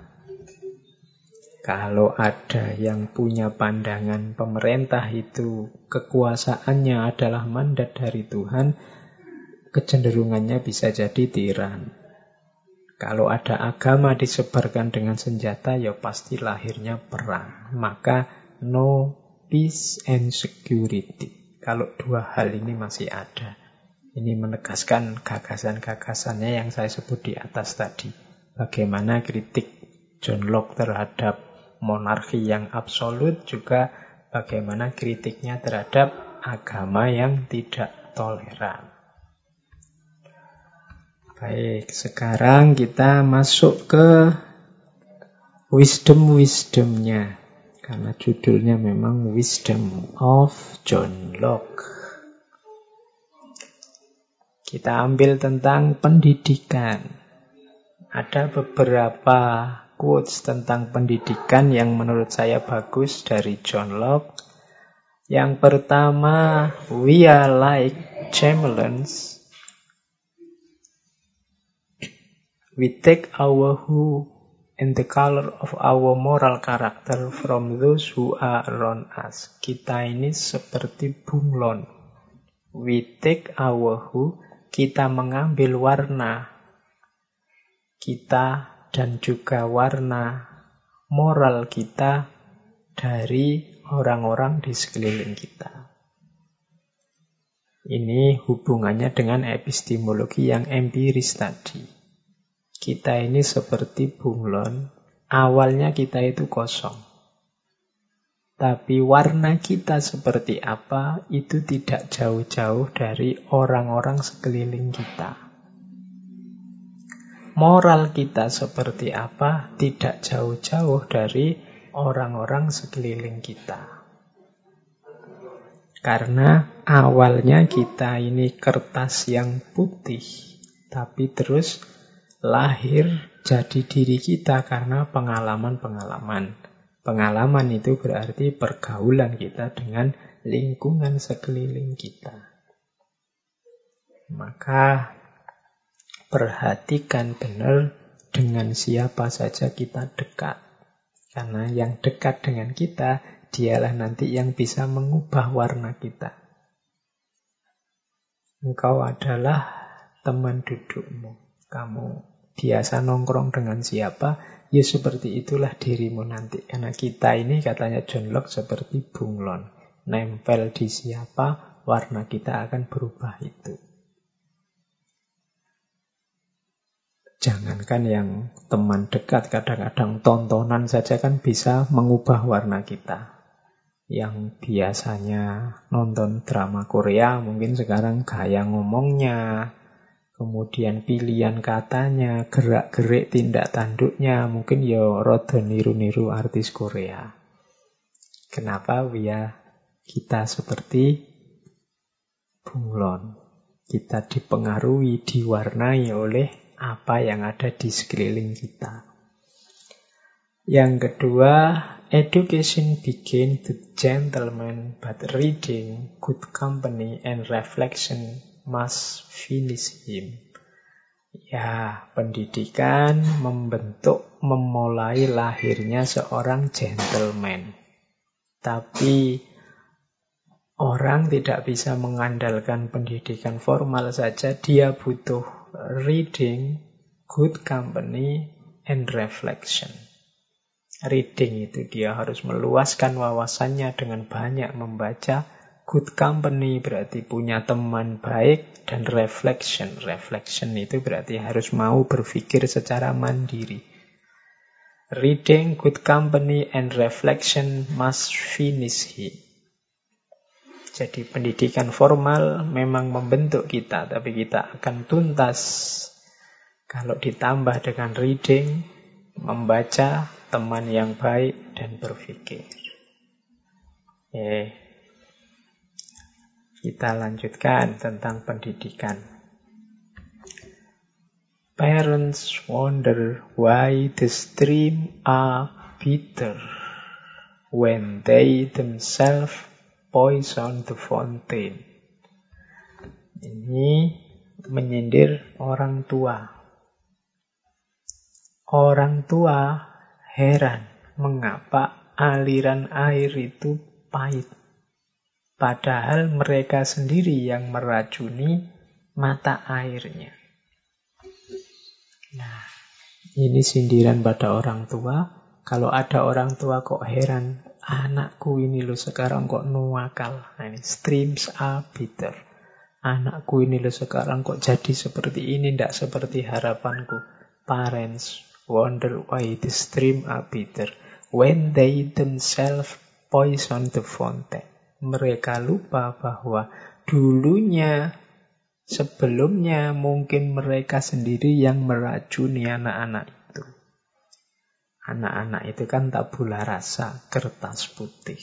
Kalau ada yang punya pandangan pemerintah itu kekuasaannya adalah mandat dari Tuhan, kecenderungannya bisa jadi tiran. Kalau ada agama disebarkan dengan senjata, ya pasti lahirnya perang. Maka no peace and security. Kalau dua hal ini masih ada. Ini menegaskan gagasan-gagasannya yang saya sebut di atas tadi. Bagaimana kritik John Locke terhadap monarki yang absolut, juga bagaimana kritiknya terhadap agama yang tidak toleran. Baik, sekarang kita masuk ke wisdom-wisdomnya. Karena judulnya memang Wisdom of John Locke. Kita ambil tentang pendidikan. Ada beberapa quotes tentang pendidikan yang menurut saya bagus dari John Locke. Yang pertama, we are like chameleons. We take our hue and the color of our moral character from those who are around us. Kita ini seperti bunglon. We take our hue, kita mengambil warna kita dan juga warna moral kita dari orang-orang di sekeliling kita. Ini hubungannya dengan epistemologi yang empiris tadi. Kita ini seperti bunglon, awalnya kita itu kosong. Tapi warna kita seperti apa, itu tidak jauh-jauh dari orang-orang sekeliling kita. Moral kita seperti apa, tidak jauh-jauh dari orang-orang sekeliling kita. Karena awalnya kita ini kertas yang putih, tapi terus lahir jadi diri kita karena pengalaman-pengalaman. Pengalaman itu berarti pergaulan kita dengan lingkungan sekeliling kita. Maka perhatikan benar dengan siapa saja kita dekat. Karena yang dekat dengan kita, dialah nanti yang bisa mengubah warna kita. Engkau adalah teman dudukmu. Kamu biasa nongkrong dengan siapa, ya seperti itulah dirimu nanti. Karena kita ini, katanya John Locke, seperti bunglon. Nempel di siapa, warna kita akan berubah itu. Jangankan yang teman dekat, kadang-kadang tontonan saja kan bisa mengubah warna kita. Yang biasanya nonton drama Korea, mungkin sekarang gaya ngomongnya, kemudian pilihan katanya, gerak-gerik tindak tanduknya, mungkin ya rada niru-niru artis Korea. Kenapa? Ya kita seperti bunglon. Kita dipengaruhi, diwarnai oleh apa yang ada di sekeliling kita. Yang kedua, education begins to gentleman, but reading, good company, and reflection must finish him. Ya, pendidikan membentuk, memulai lahirnya seorang gentleman. Tapi orang tidak bisa mengandalkan pendidikan formal saja, dia butuh reading, good company, and reflection. Reading itu dia harus meluaskan wawasannya dengan banyak membaca. Good company berarti punya teman baik. Dan reflection. Reflection itu berarti harus mau berpikir secara mandiri. Reading, good company, and reflection must finish him. Jadi pendidikan formal memang membentuk kita, tapi kita akan tuntas kalau ditambah dengan reading, membaca, teman yang baik, dan berpikir. Oke. Kita lanjutkan tentang pendidikan. Parents wonder why the streams are bitter when they themselves poison the fountain. Ini menyindir orang tua. Orang tua heran mengapa aliran air itu pahit. Padahal mereka sendiri yang meracuni mata airnya. Nah, ini sindiran pada orang tua. Kalau ada orang tua kok heran, anakku ini loh sekarang kok nuwakal. Nah, ini streams are bitter. Anakku ini loh sekarang kok jadi seperti ini, tidak seperti harapanku. Parents wonder why the stream are bitter when they themselves poison the fountain. Mereka lupa bahwa dulunya, sebelumnya mungkin mereka sendiri yang meracuni anak-anak itu. Anak-anak itu kan tabula rasa, kertas putih.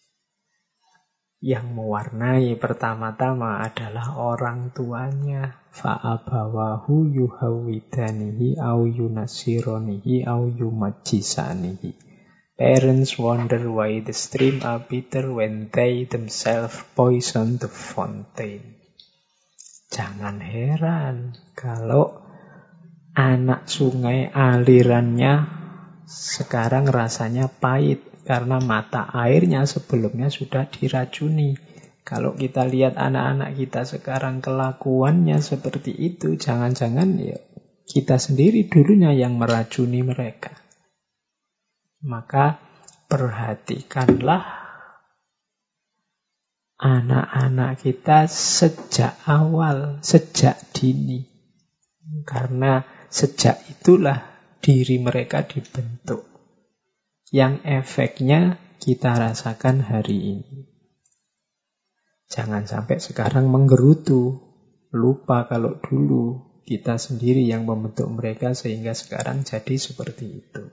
Yang mewarnai pertama-tama adalah orang tuanya. Fa'abawahu yuhawidanihi au yunasironihi au yumajisanihi. Parents wonder why the stream are bitter when they themselves poison the fountain. Jangan heran kalau anak sungai alirannya sekarang rasanya pahit karena mata airnya sebelumnya sudah diracuni. Kalau kita lihat anak-anak kita sekarang kelakuannya seperti itu, jangan-jangan ya kita sendiri dulunya yang meracuni mereka. Maka perhatikanlah anak-anak kita sejak awal, sejak dini. Karena sejak itulah diri mereka dibentuk. Yang efeknya kita rasakan hari ini. Jangan sampai sekarang menggerutu. Lupa kalau dulu kita sendiri yang membentuk mereka sehingga sekarang jadi seperti itu.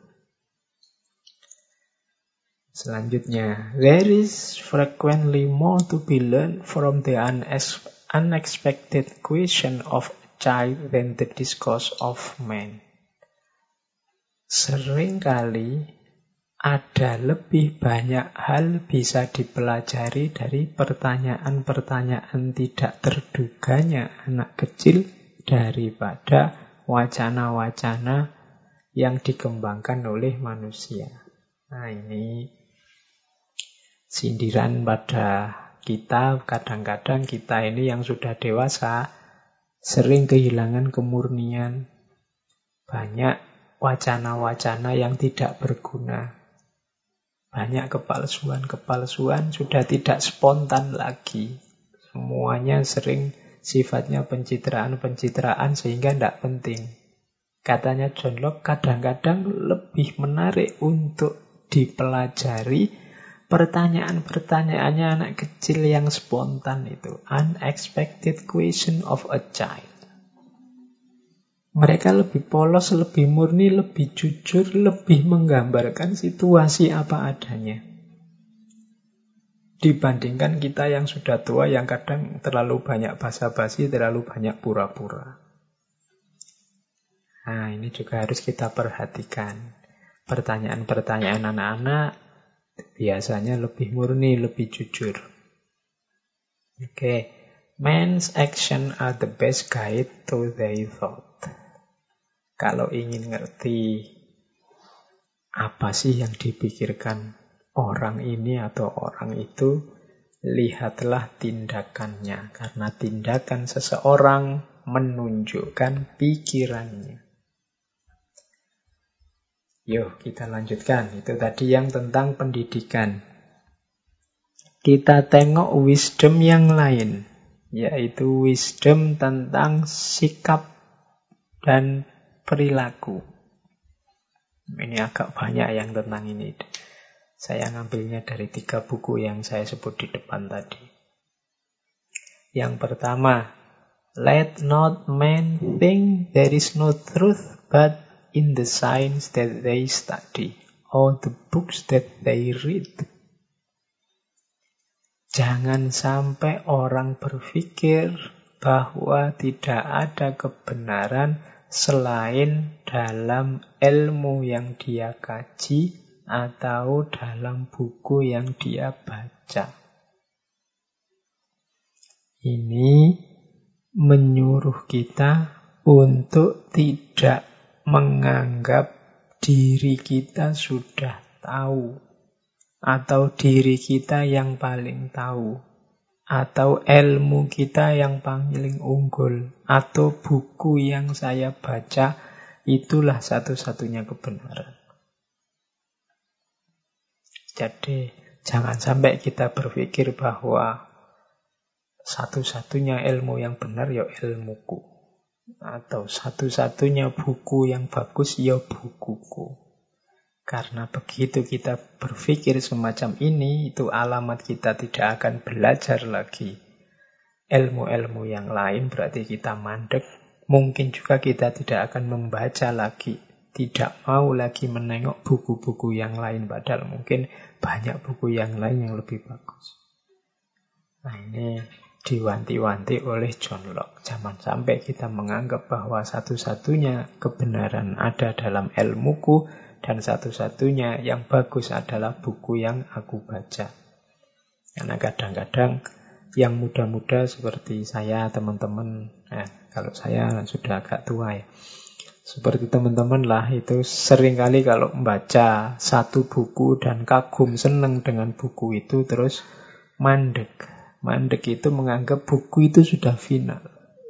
Selanjutnya, there is frequently more to be learned from the unexpected question of child than the discourse of man. Seringkali ada lebih banyak hal bisa dipelajari dari pertanyaan-pertanyaan tidak terduganya anak kecil daripada wacana-wacana yang dikembangkan oleh manusia. Nah, ini sindiran pada kita. Kadang-kadang kita ini yang sudah dewasa sering kehilangan kemurnian. Banyak wacana-wacana yang tidak berguna. Banyak kepalsuan-kepalsuan sudah tidak spontan lagi. Semuanya sering sifatnya pencitraan-pencitraan sehingga tidak penting. Katanya John Locke, kadang-kadang lebih menarik untuk dipelajari pertanyaan-pertanyaannya anak kecil yang spontan itu. Unexpected question of a child. Mereka lebih polos, lebih murni, lebih jujur, lebih menggambarkan situasi apa adanya. Dibandingkan kita yang sudah tua yang kadang terlalu banyak basa-basi, terlalu banyak pura-pura. Nah, ini juga harus kita perhatikan. Pertanyaan-pertanyaan anak-anak biasanya lebih murni, lebih jujur. Oke, okay. Man's action are the best guide to their thought. Kalau ingin ngerti apa sih yang dipikirkan orang ini atau orang itu, lihatlah tindakannya. Karena tindakan seseorang menunjukkan pikirannya. Yuk, kita lanjutkan. Itu tadi yang tentang pendidikan. Kita tengok wisdom yang lain, yaitu wisdom tentang sikap dan perilaku. Ini agak banyak yang tentang ini. Saya ngambilnya dari tiga buku yang saya sebut di depan tadi. Yang pertama, let not men think there is no truth but in the science that they study or the books that they read. Jangan sampai orang berpikir bahwa tidak ada kebenaran selain dalam ilmu yang dia kaji atau dalam buku yang dia baca. Ini menyuruh kita untuk tidak menganggap diri kita sudah tahu, atau diri kita yang paling tahu, atau ilmu kita yang paling unggul, atau buku yang saya baca itulah satu-satunya kebenaran. Jadi jangan sampai kita berpikir bahwa satu-satunya ilmu yang benar ya ilmuku, atau satu-satunya buku yang bagus ya bukuku. Karena begitu kita berpikir semacam ini, itu alamat kita tidak akan belajar lagi ilmu-ilmu yang lain, berarti kita mandek. Mungkin juga kita tidak akan membaca lagi, tidak mau lagi menengok buku-buku yang lain, padahal mungkin banyak buku yang lain yang lebih bagus. Nah, ini diwanti-wanti oleh John Locke. Jangan sampai kita menganggap bahwa satu-satunya kebenaran ada dalam ilmuku dan satu-satunya yang bagus adalah buku yang aku baca. Karena kadang-kadang yang muda-muda seperti saya, teman-teman, nah, kalau saya sudah agak tua ya, seperti teman-teman lah, itu seringkali kalau membaca satu buku dan kagum, senang dengan buku itu, terus mandek. Mandek itu menganggap buku itu sudah final.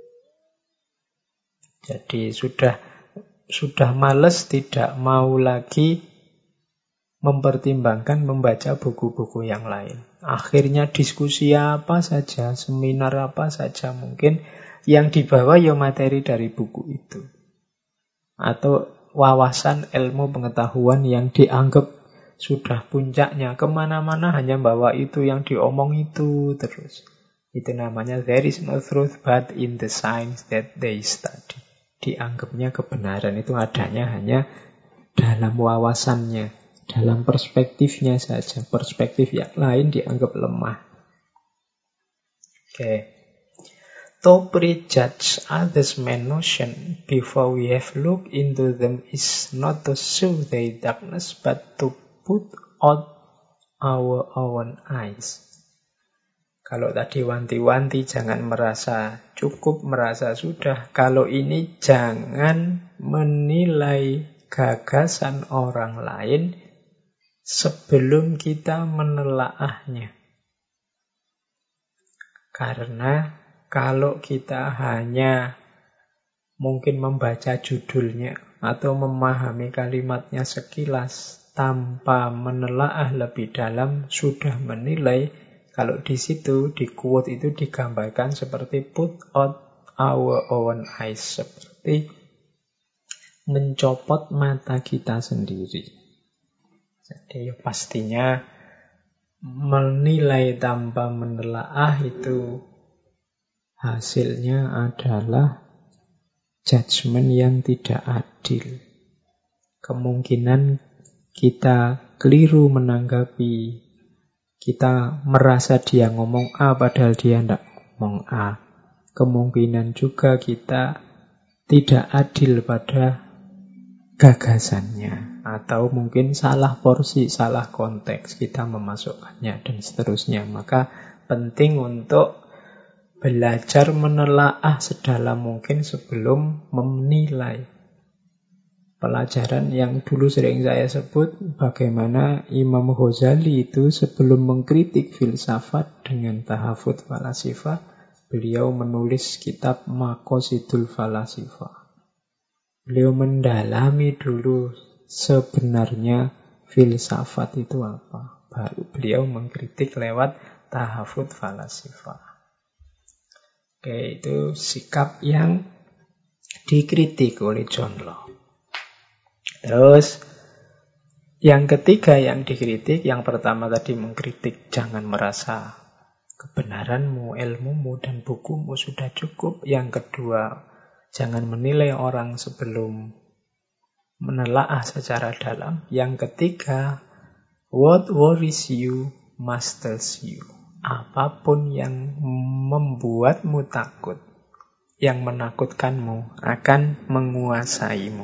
Jadi sudah sudah males, tidak mau lagi mempertimbangkan membaca buku-buku yang lain. Akhirnya diskusi apa saja, seminar apa saja mungkin, yang dibawa ya materi dari buku itu. Atau wawasan ilmu pengetahuan yang dianggap sudah puncaknya, kemana-mana hanya bawa itu, yang diomong itu terus. Itu namanya there is no truth but in the science that they study. Dianggapnya kebenaran itu adanya hanya dalam wawasannya, dalam perspektifnya saja. Perspektif yang lain dianggap lemah. Oke. To prejudge others' main notion before we have looked into them is not to show their darkness, but to put out our own eyes. Kalau tadi wanti-wanti jangan merasa cukup, merasa sudah. Kalau ini jangan menilai gagasan orang lain sebelum kita menelaahnya. Karena kalau kita hanya mungkin membaca judulnya atau memahami kalimatnya sekilas tanpa menelaah lebih dalam, sudah menilai, kalau di situ, di quote itu digambarkan seperti put out our own eyes, seperti mencopot mata kita sendiri. Jadi pastinya menilai tanpa menelaah itu hasilnya adalah judgement yang tidak adil. Kemungkinan kita keliru menanggapi, kita merasa dia ngomong A padahal dia tidak ngomong A. Kemungkinan juga kita tidak adil pada gagasannya, atau mungkin salah porsi, salah konteks kita memasukkannya, dan seterusnya. Maka penting untuk belajar menelaah sedalam mungkin sebelum menilai. Pelajaran yang dulu sering saya sebut, bagaimana Imam Ghazali itu sebelum mengkritik filsafat dengan tahafut falasifah, beliau menulis kitab Maqasidul Falasifah. Beliau mendalami dulu sebenarnya filsafat itu apa. Baru beliau mengkritik lewat tahafut falasifah. Oke, itu sikap yang dikritik oleh John Locke. Terus, yang ketiga yang dikritik, yang pertama tadi mengkritik jangan merasa kebenaranmu, ilmumu, dan bukumu sudah cukup. Yang kedua, jangan menilai orang sebelum menelaah secara dalam. Yang ketiga, what worries you masters you. Apapun yang membuatmu takut, yang menakutkanmu akan menguasaimu.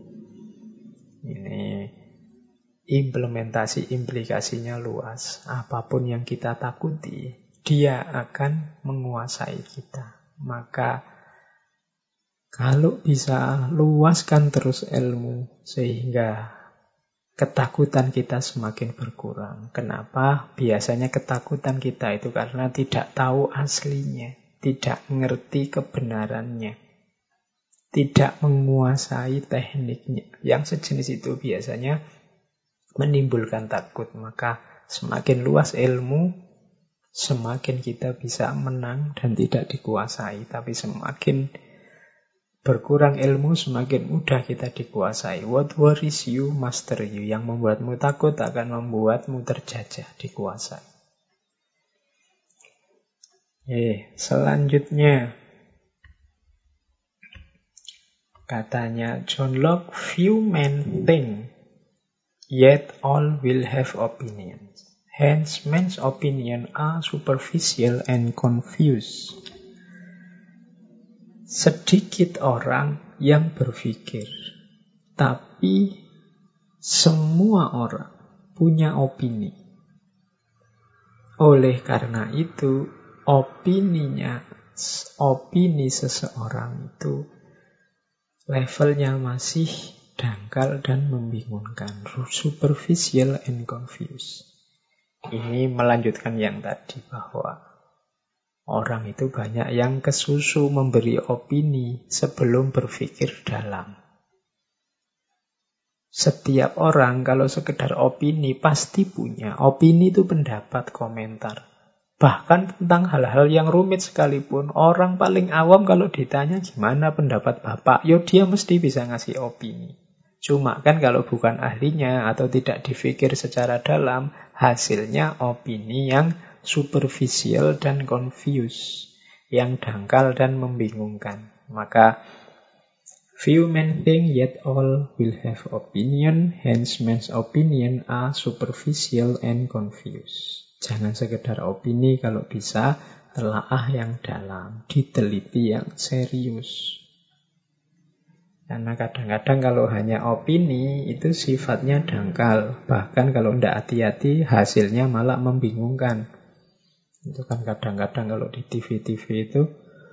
Ini implementasi implikasinya luas. Apapun yang kita takuti, dia akan menguasai kita. Maka kalau bisa luaskan terus ilmu sehingga ketakutan kita semakin berkurang. Kenapa? Biasanya ketakutan kita itu karena tidak tahu aslinya, tidak mengerti kebenarannya, tidak menguasai tekniknya. Yang sejenis itu biasanya menimbulkan takut. Maka semakin luas ilmu, semakin kita bisa menang dan tidak dikuasai. Tapi semakin berkurang ilmu, semakin mudah kita dikuasai. What worries you, master you. Yang membuatmu takut akan membuatmu terjajah, dikuasai. Eh, selanjutnya, katanya John Locke, few men think, yet all will have opinions. Hence, men's opinions are superficial and confused. Sedikit orang yang berpikir, tapi semua orang punya opini. Oleh karena itu, opininya, opini seseorang itu levelnya masih dangkal dan membingungkan. Superficial and confused. Ini melanjutkan yang tadi bahwa orang itu banyak yang kesusu memberi opini sebelum berpikir dalam. Setiap orang kalau sekedar opini pasti punya. Opini itu pendapat, komentar. Bahkan tentang hal-hal yang rumit sekalipun, orang paling awam kalau ditanya gimana pendapat Bapak, yo dia mesti bisa ngasih opini. Cuma kan kalau bukan ahlinya atau tidak dipikir secara dalam, hasilnya opini yang superficial dan confused, yang dangkal dan membingungkan. Maka few men think, yet all will have opinion. Hence men's opinion are superficial and confused. Jangan sekedar opini, kalau bisa telaah yang dalam, diteliti yang serius. Karena kadang-kadang kalau hanya opini itu sifatnya dangkal. Bahkan kalau tidak hati-hati hasilnya malah membingungkan. Itu kan kadang-kadang kalau di T V-T V itu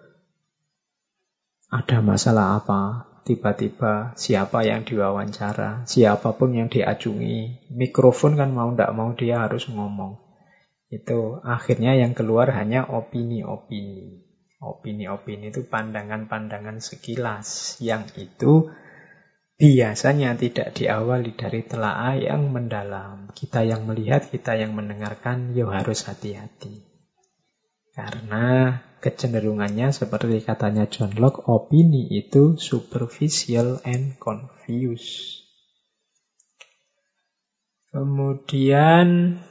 ada masalah apa, tiba-tiba siapa yang diwawancara, siapapun yang diacungi, mikrofon kan mau tidak mau dia harus ngomong. Itu akhirnya yang keluar hanya opini-opini. Opini-opini itu pandangan-pandangan sekilas yang itu biasanya tidak diawali dari telaah yang mendalam. Kita yang melihat, kita yang mendengarkan, ya harus hati-hati. Karena kecenderungannya seperti katanya John Locke, opini itu superficial and confused. Kemudian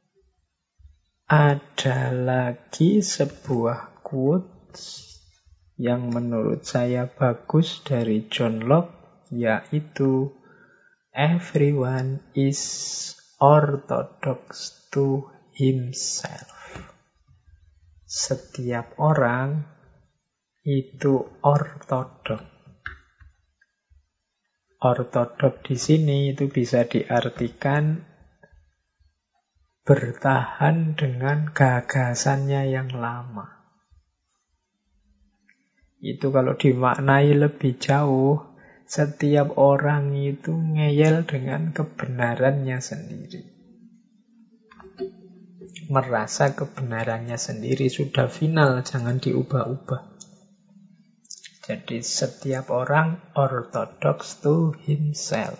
ada lagi sebuah quotes yang menurut saya bagus dari John Locke, yaitu everyone is orthodox to himself. Setiap orang itu ortodok. Ortodok di sini itu bisa diartikan bertahan dengan gagasannya yang lama. Itu kalau dimaknai lebih jauh, setiap orang itu ngeyel dengan kebenarannya sendiri. Merasa kebenarannya sendiri sudah final, jangan diubah-ubah. Jadi setiap orang orthodox to himself.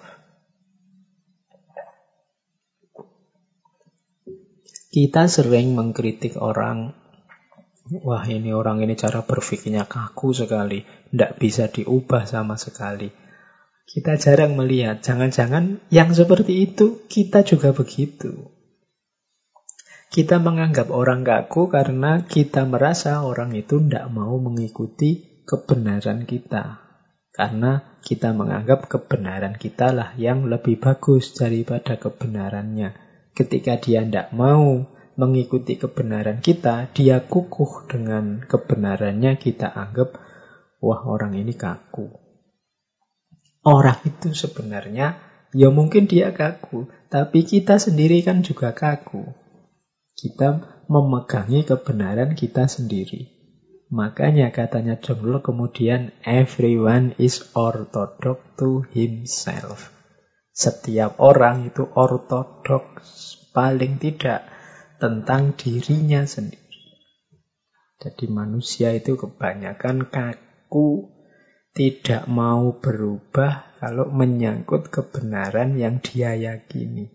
Kita sering mengkritik orang, wah ini orang ini cara berpikirnya kaku sekali, tidak bisa diubah sama sekali. Kita jarang melihat, jangan-jangan yang seperti itu kita juga begitu. Kita menganggap orang kaku karena kita merasa orang itu tidak mau mengikuti kebenaran kita. Karena kita menganggap kebenaran kita lah yang lebih bagus daripada kebenarannya. Ketika dia tidak mau mengikuti kebenaran kita, dia kukuh dengan kebenarannya, kita anggap, wah orang ini kaku. Orang itu sebenarnya, ya mungkin dia kaku, tapi kita sendiri kan juga kaku. Kita memegangi kebenaran kita sendiri. Makanya katanya John Locke kemudian, everyone is orthodox to himself. Setiap orang itu ortodoks, paling tidak tentang dirinya sendiri. Jadi manusia itu kebanyakan kaku, tidak mau berubah kalau menyangkut kebenaran yang dia yakini.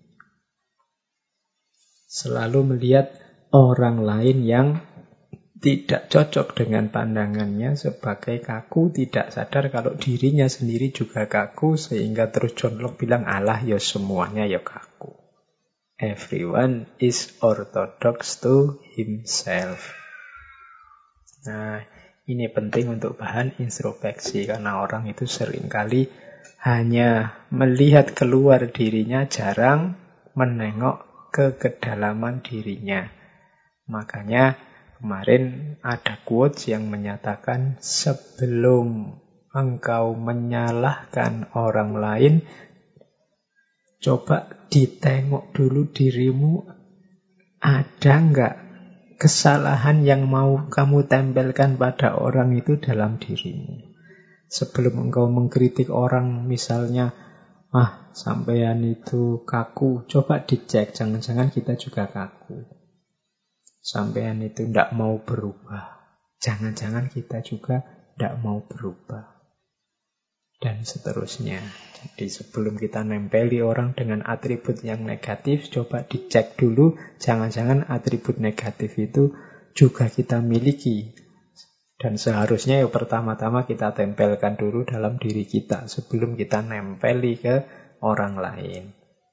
Selalu melihat orang lain yang tidak cocok dengan pandangannya sebagai kaku, tidak sadar kalau dirinya sendiri juga kaku, sehingga terus John Locke bilang, alah ya semuanya ya kaku. Everyone is orthodox to himself. Nah, ini penting untuk bahan introspeksi, karena orang itu seringkali hanya melihat keluar dirinya, jarang menengok ke kedalaman dirinya. Makanya kemarin ada quotes yang menyatakan, sebelum engkau menyalahkan orang lain, coba ditengok dulu dirimu, ada nggak kesalahan yang mau kamu tempelkan pada orang itu dalam dirimu. Sebelum engkau mengkritik orang, misalnya, ah sampean itu kaku, coba dicek, jangan-jangan kita juga kaku. Sampean itu tidak mau berubah, jangan-jangan kita juga tidak mau berubah. Dan seterusnya. Jadi sebelum kita nempeli orang dengan atribut yang negatif, coba dicek dulu, jangan-jangan atribut negatif itu juga kita miliki. Dan seharusnya ya pertama-tama kita tempelkan dulu dalam diri kita sebelum kita nempeli ke orang lain.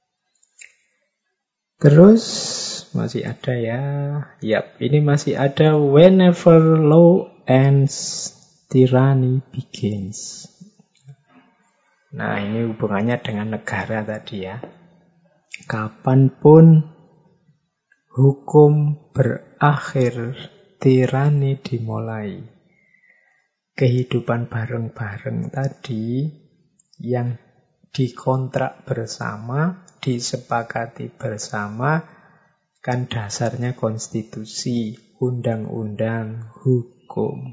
Terus masih ada ya. Yap, ini masih ada. Whenever law ends, tyranny begins. Nah, ini hubungannya dengan negara tadi ya. Kapanpun hukum berakhir tirani dimulai. Kehidupan bareng-bareng tadi yang dikontrak bersama, disepakati bersama, kan dasarnya konstitusi, undang-undang, hukum.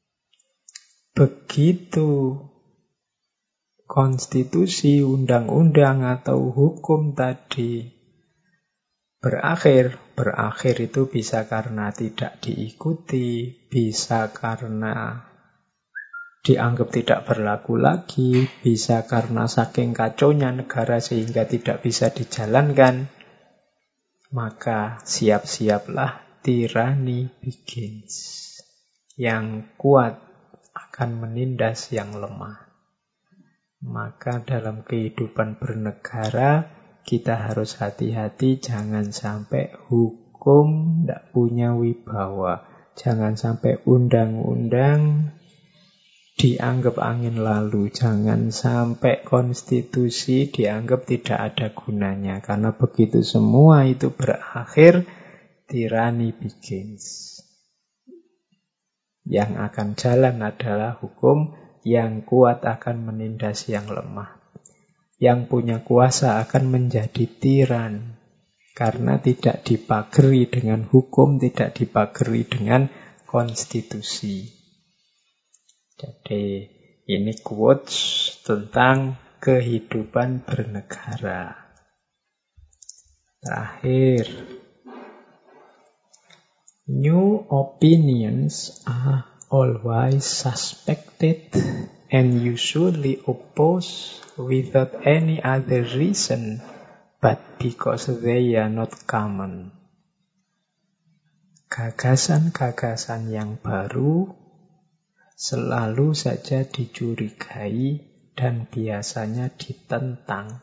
Begitu konstitusi, undang-undang atau hukum tadi berakhir, berakhir itu bisa karena tidak diikuti, bisa karena dianggap tidak berlaku lagi, bisa karena saking kacaunya negara sehingga tidak bisa dijalankan, maka siap-siaplah tirani begins. Yang kuat akan menindas yang lemah. Maka dalam kehidupan bernegara, kita harus hati-hati jangan sampai hukum tidak punya wibawa. Jangan sampai undang-undang dianggap angin lalu. Jangan sampai konstitusi dianggap tidak ada gunanya. Karena begitu semua itu berakhir, tirani begins. Yang akan jalan adalah hukum. Yang kuat akan menindas yang lemah. Yang punya kuasa akan menjadi tiran. Karena tidak dipagari dengan hukum, tidak dipagari dengan konstitusi. Jadi ini quotes tentang kehidupan bernegara. Terakhir. New opinions are always suspected and usually opposed without any other reason but because they are not common. Gagasan-gagasan yang baru selalu saja dicurigai dan biasanya ditentang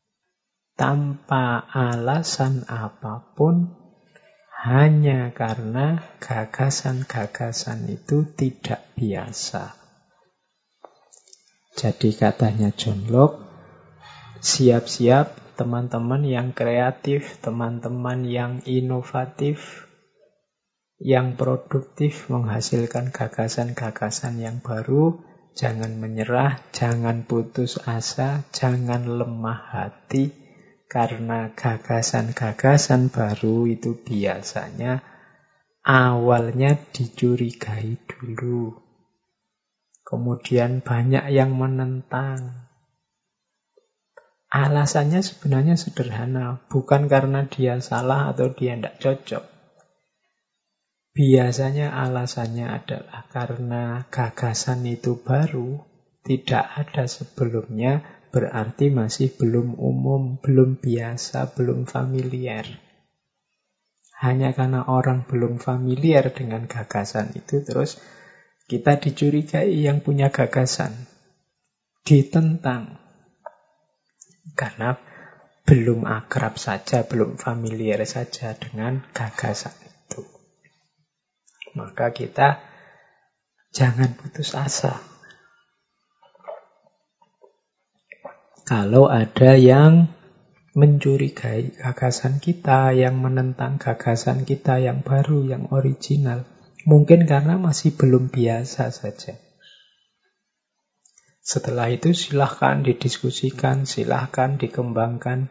tanpa alasan apapun, hanya karena gagasan-gagasan itu tidak biasa. Jadi katanya John Locke, siap-siap teman-teman yang kreatif, teman-teman yang inovatif, yang produktif menghasilkan gagasan-gagasan yang baru. Jangan menyerah, jangan putus asa, jangan lemah hati. Karena gagasan-gagasan baru itu biasanya awalnya dicurigai dulu. Kemudian banyak yang menentang. Alasannya sebenarnya sederhana. Bukan karena dia salah atau dia tidak cocok. Biasanya alasannya adalah karena gagasan itu baru, tidak ada sebelumnya, berarti masih belum umum, belum biasa, belum familiar. Hanya karena orang belum familiar dengan gagasan itu, terus kita dicurigai yang punya gagasan. Ditentang. Karena belum akrab saja, belum familiar saja dengan gagasan itu. Maka kita jangan putus asa. Kalau ada yang mencurigai gagasan kita, yang menentang gagasan kita yang baru, yang original, mungkin karena masih belum biasa saja. Setelah itu silahkan didiskusikan, silahkan dikembangkan.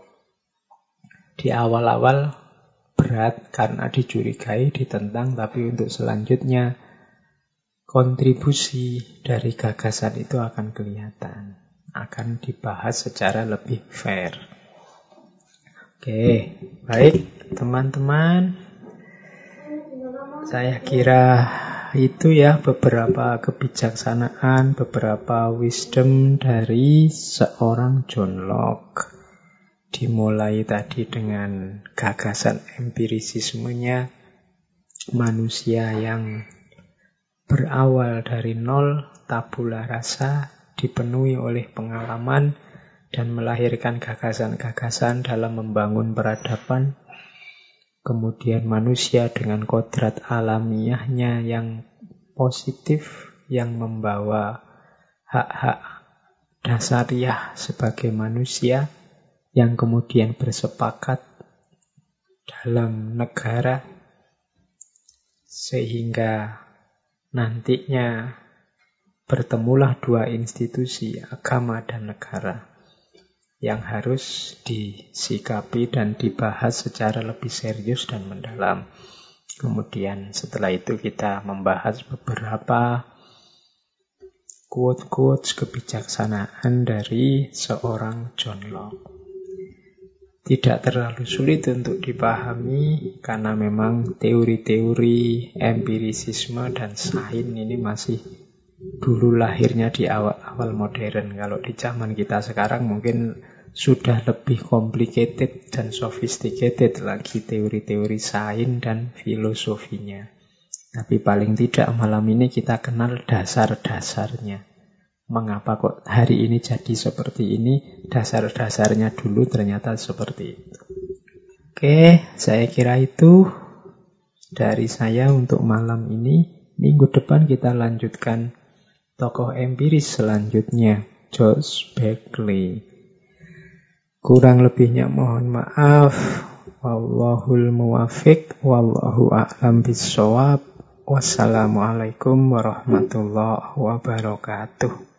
Di awal-awal berat karena dicurigai, ditentang, tapi untuk selanjutnya kontribusi dari gagasan itu akan kelihatan. Akan dibahas secara lebih fair. Oke, baik teman-teman. Saya kira itu ya beberapa kebijaksanaan, beberapa wisdom dari seorang John Locke. Dimulai tadi dengan gagasan empirisismenya, manusia yang berawal dari nol, tabula rasa, dipenuhi oleh pengalaman dan melahirkan gagasan-gagasan dalam membangun peradaban. Kemudian manusia dengan kodrat alamiahnya yang positif, yang membawa hak-hak dasariah sebagai manusia, yang kemudian bersepakat dalam negara Sehingga nantinya bertemulah dua institusi, agama dan negara, yang harus disikapi dan dibahas secara lebih serius dan mendalam. Kemudian setelah itu kita membahas beberapa quote-quotes kebijaksanaan dari seorang John Locke. Tidak terlalu sulit untuk dipahami karena memang teori-teori empirisisme dan sains ini masih dulu lahirnya di awal-awal modern. Kalau di zaman kita sekarang mungkin sudah lebih complicated dan sophisticated lagi teori-teori sains dan filosofinya. Tapi paling tidak malam ini kita kenal dasar-dasarnya. Mengapa kok hari ini jadi seperti ini, dasar-dasarnya dulu ternyata seperti itu. Oke, saya kira itu dari saya untuk malam ini. Minggu depan kita lanjutkan tokoh empiris selanjutnya, George Berkeley. Kurang lebihnya mohon maaf. Wallahul muwafiq, wallahu a'lam bissawab. Wassalamualaikum warahmatullahi wabarakatuh.